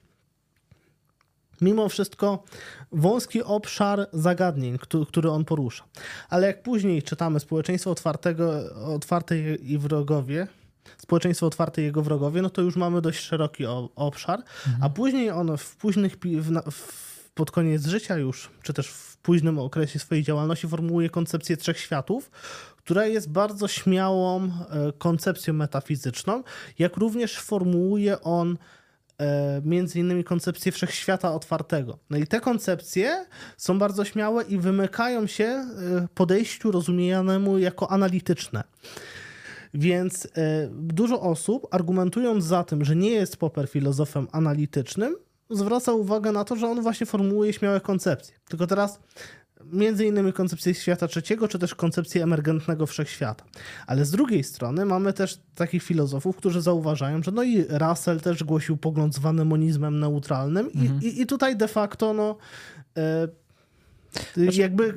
mimo wszystko, wąski obszar zagadnień, który, który on porusza. Ale jak później czytamy Społeczeństwo otwartego, otwarte i wrogowie, Społeczeństwo otwarte i jego wrogowie, no to już mamy dość szeroki obszar, mhm. a później on w późnych, w, w, pod koniec życia już, czy też w późnym okresie swojej działalności formułuje koncepcję trzech światów, która jest bardzo śmiałą koncepcją metafizyczną, jak również formułuje on między innymi koncepcję wszechświata otwartego. No i te koncepcje są bardzo śmiałe i wymykają się podejściu rozumianemu jako analityczne. Więc y, dużo osób, argumentując za tym, że nie jest Popper filozofem analitycznym, zwraca uwagę na to, że on właśnie formułuje śmiałe koncepcje. Tylko teraz między innymi koncepcję świata trzeciego, czy też koncepcję emergentnego wszechświata. Ale z drugiej strony mamy też takich filozofów, którzy zauważają, że no i Russell też głosił pogląd zwany monizmem neutralnym mhm. i, i, i tutaj de facto no... Y, Znaczy... Jakby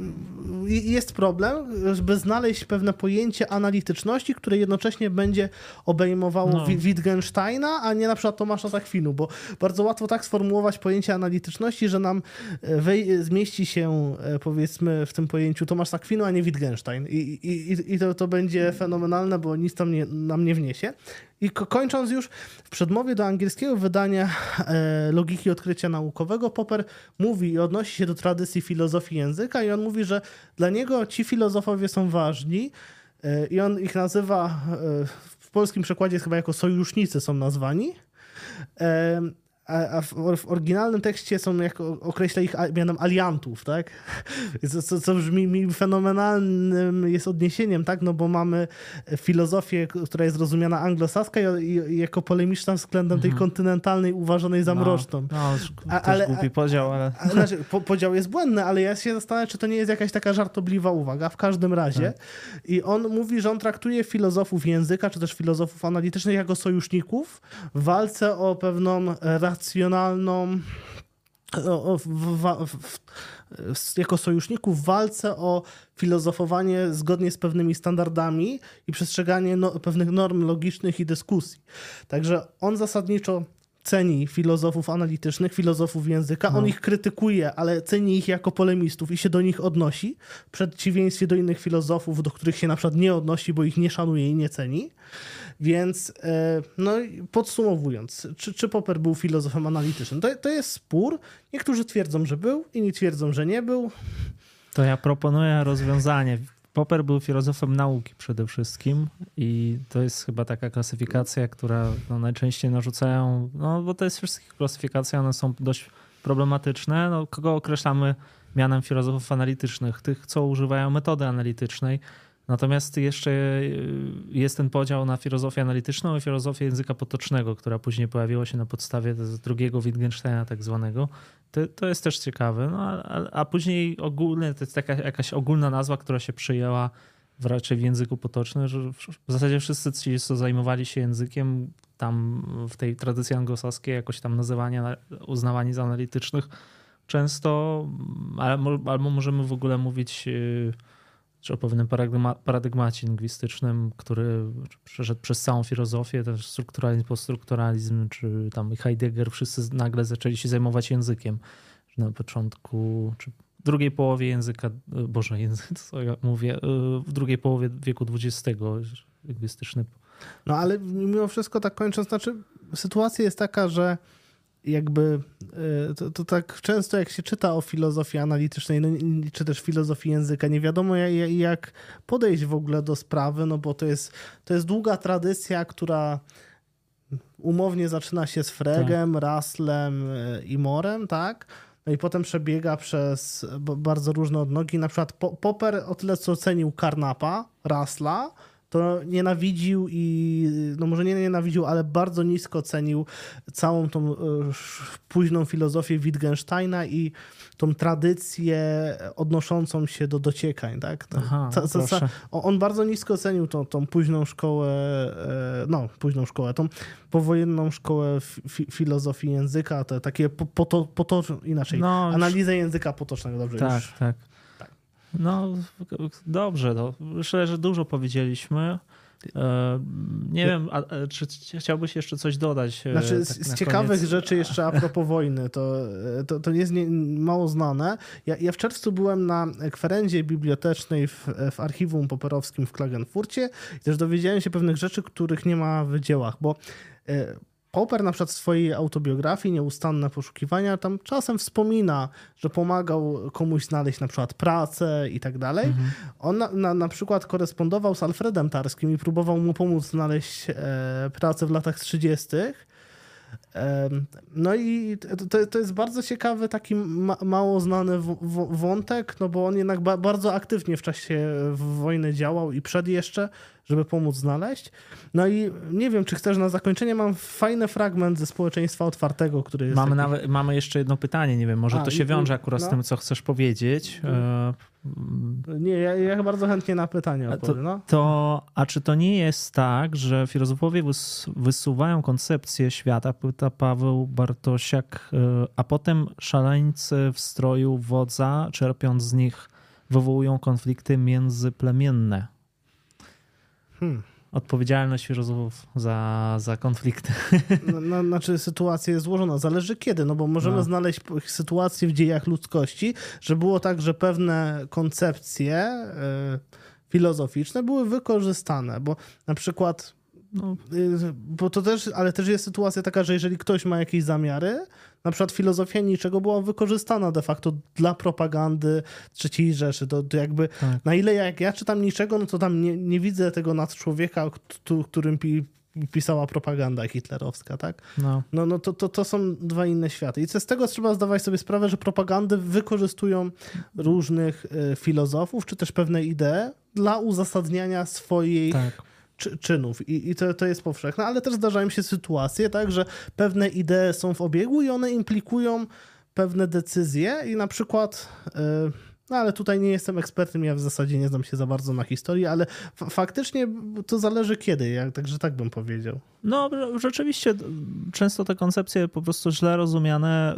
jest problem, żeby znaleźć pewne pojęcie analityczności, które jednocześnie będzie obejmowało no. Wittgensteina, a nie na przykład Tomasza z Akwinu, bo bardzo łatwo tak sformułować pojęcie analityczności, że nam wej- zmieści się powiedzmy w tym pojęciu Tomasz z Akwinu, a nie Wittgenstein. I, i, i to, to będzie fenomenalne, bo nic tam nie, nam nie wniesie. I kończąc już, w przedmowie do angielskiego wydania e, Logiki odkrycia naukowego Popper mówi i odnosi się do tradycji filozofii języka i on mówi, że dla niego ci filozofowie są ważni e, i on ich nazywa, e, w polskim przekładzie jest chyba jako sojusznicy są nazwani, e, a w, w oryginalnym tekście są, jak określa ich mianem aliantów, tak? Co, co brzmi mi fenomenalnym jest odniesieniem, tak? No bo mamy filozofię, która jest rozumiana anglosaska i, i jako polemiczna względem tej kontynentalnej uważanej za mroczną. No, no a, ale, głupi podział, ale... A, znaczy, po, podział jest błędny, ale ja się zastanawiam, czy to nie jest jakaś taka żartobliwa uwaga. W każdym razie. Tak. I on mówi, że on traktuje filozofów języka, czy też filozofów analitycznych jako sojuszników w walce o pewną racjonalną, o, w, w, w, jako sojuszników w walce o filozofowanie zgodnie z pewnymi standardami i przestrzeganie no, pewnych norm logicznych i dyskusji. Także on zasadniczo ceni filozofów analitycznych, filozofów języka, no. On ich krytykuje, ale ceni ich jako polemistów i się do nich odnosi, w przeciwieństwie do innych filozofów, do których się na przykład nie odnosi, bo ich nie szanuje i nie ceni. Więc no podsumowując, czy, czy Popper był filozofem analitycznym? To, to jest spór. Niektórzy twierdzą, że był, inni twierdzą, że nie był. To ja proponuję rozwiązanie. Popper był filozofem nauki przede wszystkim i to jest chyba taka klasyfikacja, która no, najczęściej narzucają, no bo to jest wszystkich klasyfikacja, one są dość problematyczne. No, kogo określamy mianem filozofów analitycznych? Tych, co używają metody analitycznej. Natomiast jeszcze jest ten podział na filozofię analityczną i filozofię języka potocznego, która później pojawiła się na podstawie drugiego Wittgensteina tak zwanego. To, to jest też ciekawe. No, a, a później ogólnie to jest taka jakaś ogólna nazwa, która się przyjęła w, raczej w języku potocznym, że w zasadzie wszyscy ci, co zajmowali się językiem, tam w tej tradycji anglosaskiej jakoś tam nazywani, uznawani za analitycznych często, albo możemy w ogóle mówić czy o pewnym paradygmacie lingwistycznym, który przeszedł przez całą filozofię, też strukturalizm, poststrukturalizm, czy tam Heidegger, wszyscy nagle zaczęli się zajmować językiem. Na początku, czy w drugiej połowie języka, boże, język, co ja mówię, w drugiej połowie wieku dwudziestego lingwistyczny. No ale mimo wszystko tak kończąc, znaczy sytuacja jest taka, że jakby to, to tak często jak się czyta o filozofii analitycznej, no, czy też filozofii języka, nie wiadomo jak, jak podejść w ogóle do sprawy, no bo to jest, to jest długa tradycja, która umownie zaczyna się z Fregem, tak. Russellem i Morem, tak? no i potem przebiega przez bardzo różne odnogi. Na przykład Popper o tyle, co cenił Carnapa, Rusla, to nienawidził i, no może nie nienawidził, ale bardzo nisko cenił całą tą późną filozofię Wittgensteina i tą tradycję odnoszącą się do dociekań, tak? Aha, ta, ta, ta, on bardzo nisko cenił tą, tą późną szkołę, no późną szkołę, tą powojenną szkołę fi, filozofii języka, to takie po, po, to, po to, inaczej, no, analizę języka potocznego, dobrze tak, już. Tak, tak. No dobrze, no. Myślę, że dużo powiedzieliśmy. Nie ja. wiem, a, czy chciałbyś jeszcze coś dodać? Znaczy, tak z ciekawych koniec? rzeczy jeszcze a propos wojny, to, to, to jest nie, mało znane. Ja, ja w czerwcu byłem na kwerendzie bibliotecznej w, w archiwum poperowskim w Klagenfurcie i też dowiedziałem się pewnych rzeczy, których nie ma w dziełach, bo Popper na przykład w swojej autobiografii Nieustanne poszukiwania tam czasem wspomina, że pomagał komuś znaleźć na przykład pracę i tak dalej. Mhm. On na, na, na przykład korespondował z Alfredem Tarskim i próbował mu pomóc znaleźć e, pracę w latach trzydziestych. E, no i to, to jest bardzo ciekawy, taki ma, mało znany w, w, wątek, no bo on jednak ba, bardzo aktywnie w czasie wojny działał i przed jeszcze, żeby pomóc znaleźć. No i nie wiem, czy chcesz na zakończenie, mam fajny fragment ze Społeczeństwa Otwartego, który jest... Mamy, taki... nawet, mamy jeszcze jedno pytanie, nie wiem, może A, to się i, wiąże akurat no. z tym, co chcesz powiedzieć. Nie, ja, ja bardzo chętnie na pytanie odpowiem. To, no. to, a czy to nie jest tak, że filozofowie wys, wysuwają koncepcję świata, pyta Paweł Bartosiak, a potem szaleńcy w stroju wodza, czerpiąc z nich, wywołują konflikty międzyplemienne? Hmm. Odpowiedzialność filozofów za, za konflikty. No, no, znaczy sytuacja jest złożona. Zależy kiedy, no bo możemy no. znaleźć sytuację w dziejach ludzkości, że było tak, że pewne koncepcje y, filozoficzne były wykorzystane, bo na przykład no. y, bo to też, ale też jest sytuacja taka, że jeżeli ktoś ma jakieś zamiary, na przykład filozofia niczego była wykorzystana de facto dla propagandy trzeciej Rzeszy. To, to jakby tak. Na ile jak ja czytam niczego, no to tam nie, nie widzę tego nadczłowieka, którym pi, pisała propaganda hitlerowska, tak? No, no, no to, to, to są dwa inne światy. I z tego trzeba zdawać sobie sprawę, że propagandy wykorzystują różnych y, filozofów, czy też pewne idee dla uzasadniania swojej tak. czy, czynów. I, i to, to jest powszechne, ale też zdarzają się sytuacje, tak, że pewne idee są w obiegu i one implikują pewne decyzje i na przykład... Y, No ale tutaj nie jestem ekspertem, ja w zasadzie nie znam się za bardzo na historii, ale f- faktycznie to zależy kiedy, jak, także tak bym powiedział. No rzeczywiście często te koncepcje po prostu źle rozumiane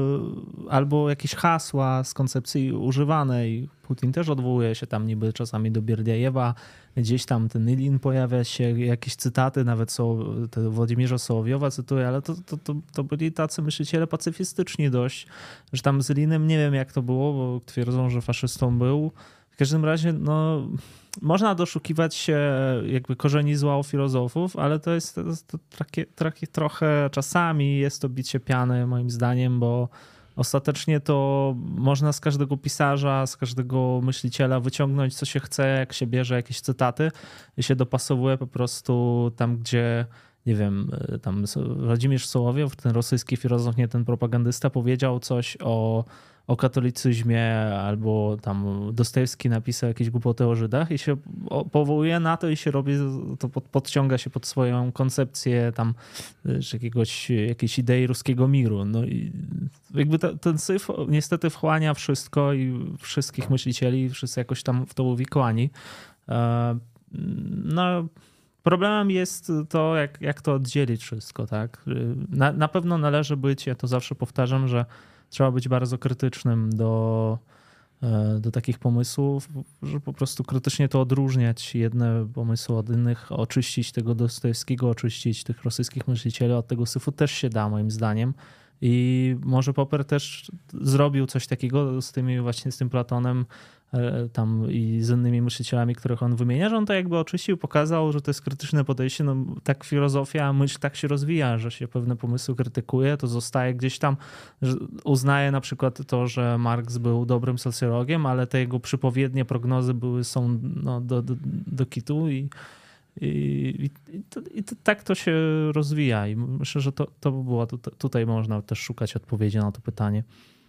yy, albo jakieś hasła z koncepcji używane i Putin też odwołuje się tam niby czasami do Bierdiajewa, gdzieś tam ten Ilin pojawia się, jakieś cytaty, nawet są, Włodzimierza Sołowiowa cytuje, ale to, to, to, to byli tacy myśliciele pacyfistyczni dość, że tam z Ilinem nie wiem jak to było, bo twierdzą, że faszystą był. W każdym razie no, można doszukiwać się jakby korzeni zła u filozofów, ale to jest, to jest to takie, takie trochę czasami jest to bicie piany moim zdaniem, bo ostatecznie to można z każdego pisarza, z każdego myśliciela wyciągnąć co się chce, jak się bierze jakieś cytaty i się dopasowuje po prostu tam, gdzie nie wiem, tam Włodzimierz Sołowiow, ten rosyjski filozof, nie ten propagandysta, powiedział coś o, o katolicyzmie albo tam Dostojewski napisał jakieś głupoty o Żydach i się powołuje na to i się robi, to podciąga się pod swoją koncepcję tam jakiegoś, jakiejś idei ruskiego miru. No i jakby to, ten syf niestety wchłania wszystko i wszystkich myślicieli, wszyscy jakoś tam w to uwikłani. No problemem jest to, jak, jak to oddzielić wszystko, tak? Na, na pewno należy być, ja to zawsze powtarzam, że trzeba być bardzo krytycznym do, do takich pomysłów, że po prostu krytycznie to odróżniać jedne pomysły od innych, oczyścić tego Dostojewskiego, oczyścić tych rosyjskich myślicieli od tego syfu też się da moim zdaniem. I może Popper też zrobił coś takiego z tymi właśnie z tym Platonem tam i z innymi myślicielami, których on wymienia, że on to jakby oczyścił, pokazał, że to jest krytyczne podejście. No, tak filozofia, myśl tak się rozwija, że się pewne pomysły krytykuje, to zostaje gdzieś tam, że uznaje na przykład to, że Marx był dobrym socjologiem, ale te jego przypowiednie, prognozy były, są no, do, do, do kitu i I, i, i, to, i to, tak to się rozwija i myślę, że to, to by było, tutaj można też szukać odpowiedzi na to pytanie.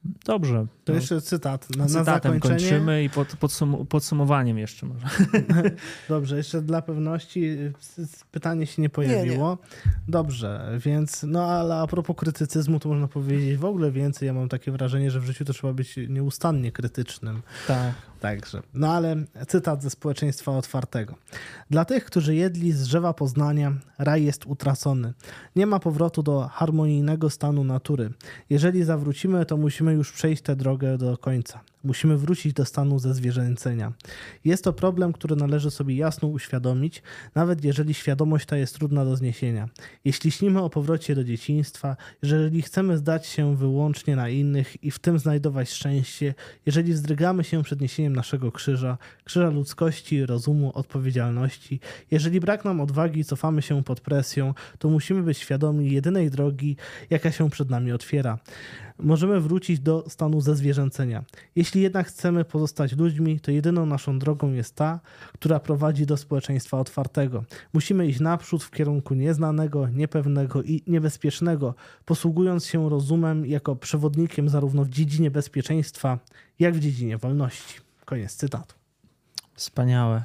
Dobrze. To no. jeszcze cytat na, na Cytatem zakończenie. kończymy i pod, podsum podsumowaniem jeszcze może. Dobrze, jeszcze dla pewności pytanie się nie pojawiło. Nie, nie. Dobrze, więc no ale a propos krytycyzmu, to można powiedzieć w ogóle więcej. Ja mam takie wrażenie, że w życiu to trzeba być nieustannie krytycznym. Tak. Także. No ale cytat ze Społeczeństwa Otwartego. Dla tych, którzy jedli z drzewa poznania, raj jest utracony. Nie ma powrotu do harmonijnego stanu natury. Jeżeli zawrócimy, to musimy już przejść tę drogę do końca. Musimy wrócić do stanu zezwierzęcenia. Jest to problem, który należy sobie jasno uświadomić, nawet jeżeli świadomość ta jest trudna do zniesienia. Jeśli śnimy o powrocie do dzieciństwa, jeżeli chcemy zdać się wyłącznie na innych i w tym znajdować szczęście, jeżeli wzdrygamy się przed niesieniem naszego krzyża, krzyża ludzkości, rozumu, odpowiedzialności, jeżeli brak nam odwagi, cofamy się pod presją, to musimy być świadomi jedynej drogi, jaka się przed nami otwiera. Możemy wrócić do stanu zezwierzęcenia. Jeśli jednak chcemy pozostać ludźmi, to jedyną naszą drogą jest ta, która prowadzi do społeczeństwa otwartego. Musimy iść naprzód w kierunku nieznanego, niepewnego i niebezpiecznego, posługując się rozumem jako przewodnikiem zarówno w dziedzinie bezpieczeństwa, jak w dziedzinie wolności. Koniec cytatu. Wspaniałe.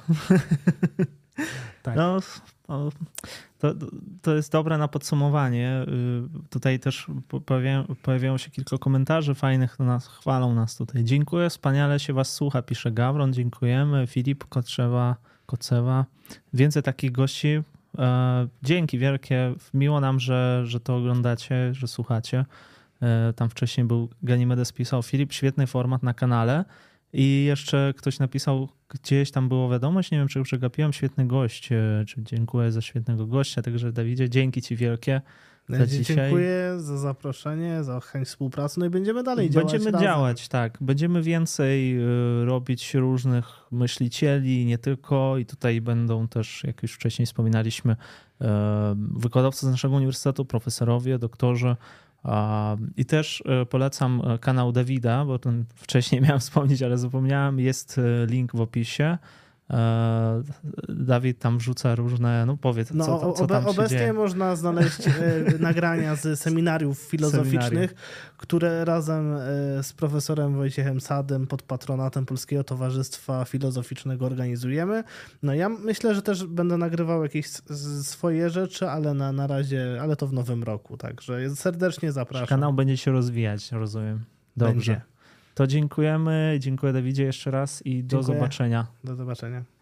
Tak. No, to, to jest dobre na podsumowanie. Tutaj też pojawiają, pojawiają się kilka komentarzy fajnych, nas, chwalą nas tutaj. Dziękuję, wspaniale się was słucha, pisze Gawron, dziękujemy. Filip Kocewa, Kocewa. Więcej takich gości. Dzięki wielkie, miło nam, że, że to oglądacie, że słuchacie. Tam wcześniej był Ganymedes, pisał Filip, świetny format na kanale. I jeszcze ktoś napisał, gdzieś tam było wiadomość, nie wiem, czy przegapiłem, świetny gość, czy dziękuję za świetnego gościa, także Dawidzie, dzięki ci wielkie za dzisiaj. Dziękuję za zaproszenie, za chęć współpracy, no i będziemy dalej działać Będziemy razem. działać, tak. Będziemy więcej robić różnych myślicieli, nie tylko i tutaj będą też, jak już wcześniej wspominaliśmy, wykładowcy z naszego uniwersytetu, profesorowie, doktorzy. I też polecam kanał Dawida, bo ten wcześniej miałem wspomnieć, ale zapomniałem. Jest link w opisie. Dawid tam wrzuca różne, no powiedz, no, co, co tam się obecnie dzieje. Można znaleźć nagrania z seminariów filozoficznych, Seminarium. które razem z profesorem Wojciechem Sadem pod patronatem Polskiego Towarzystwa Filozoficznego organizujemy. No ja myślę, że też będę nagrywał jakieś swoje rzeczy, ale na, na razie, ale to w nowym roku, także serdecznie zapraszam. Kanał będzie się rozwijać, rozumiem. Dobrze. Będzie. To dziękujemy, dziękuję Dawidzie jeszcze raz i do Dziękuję. zobaczenia. Do zobaczenia.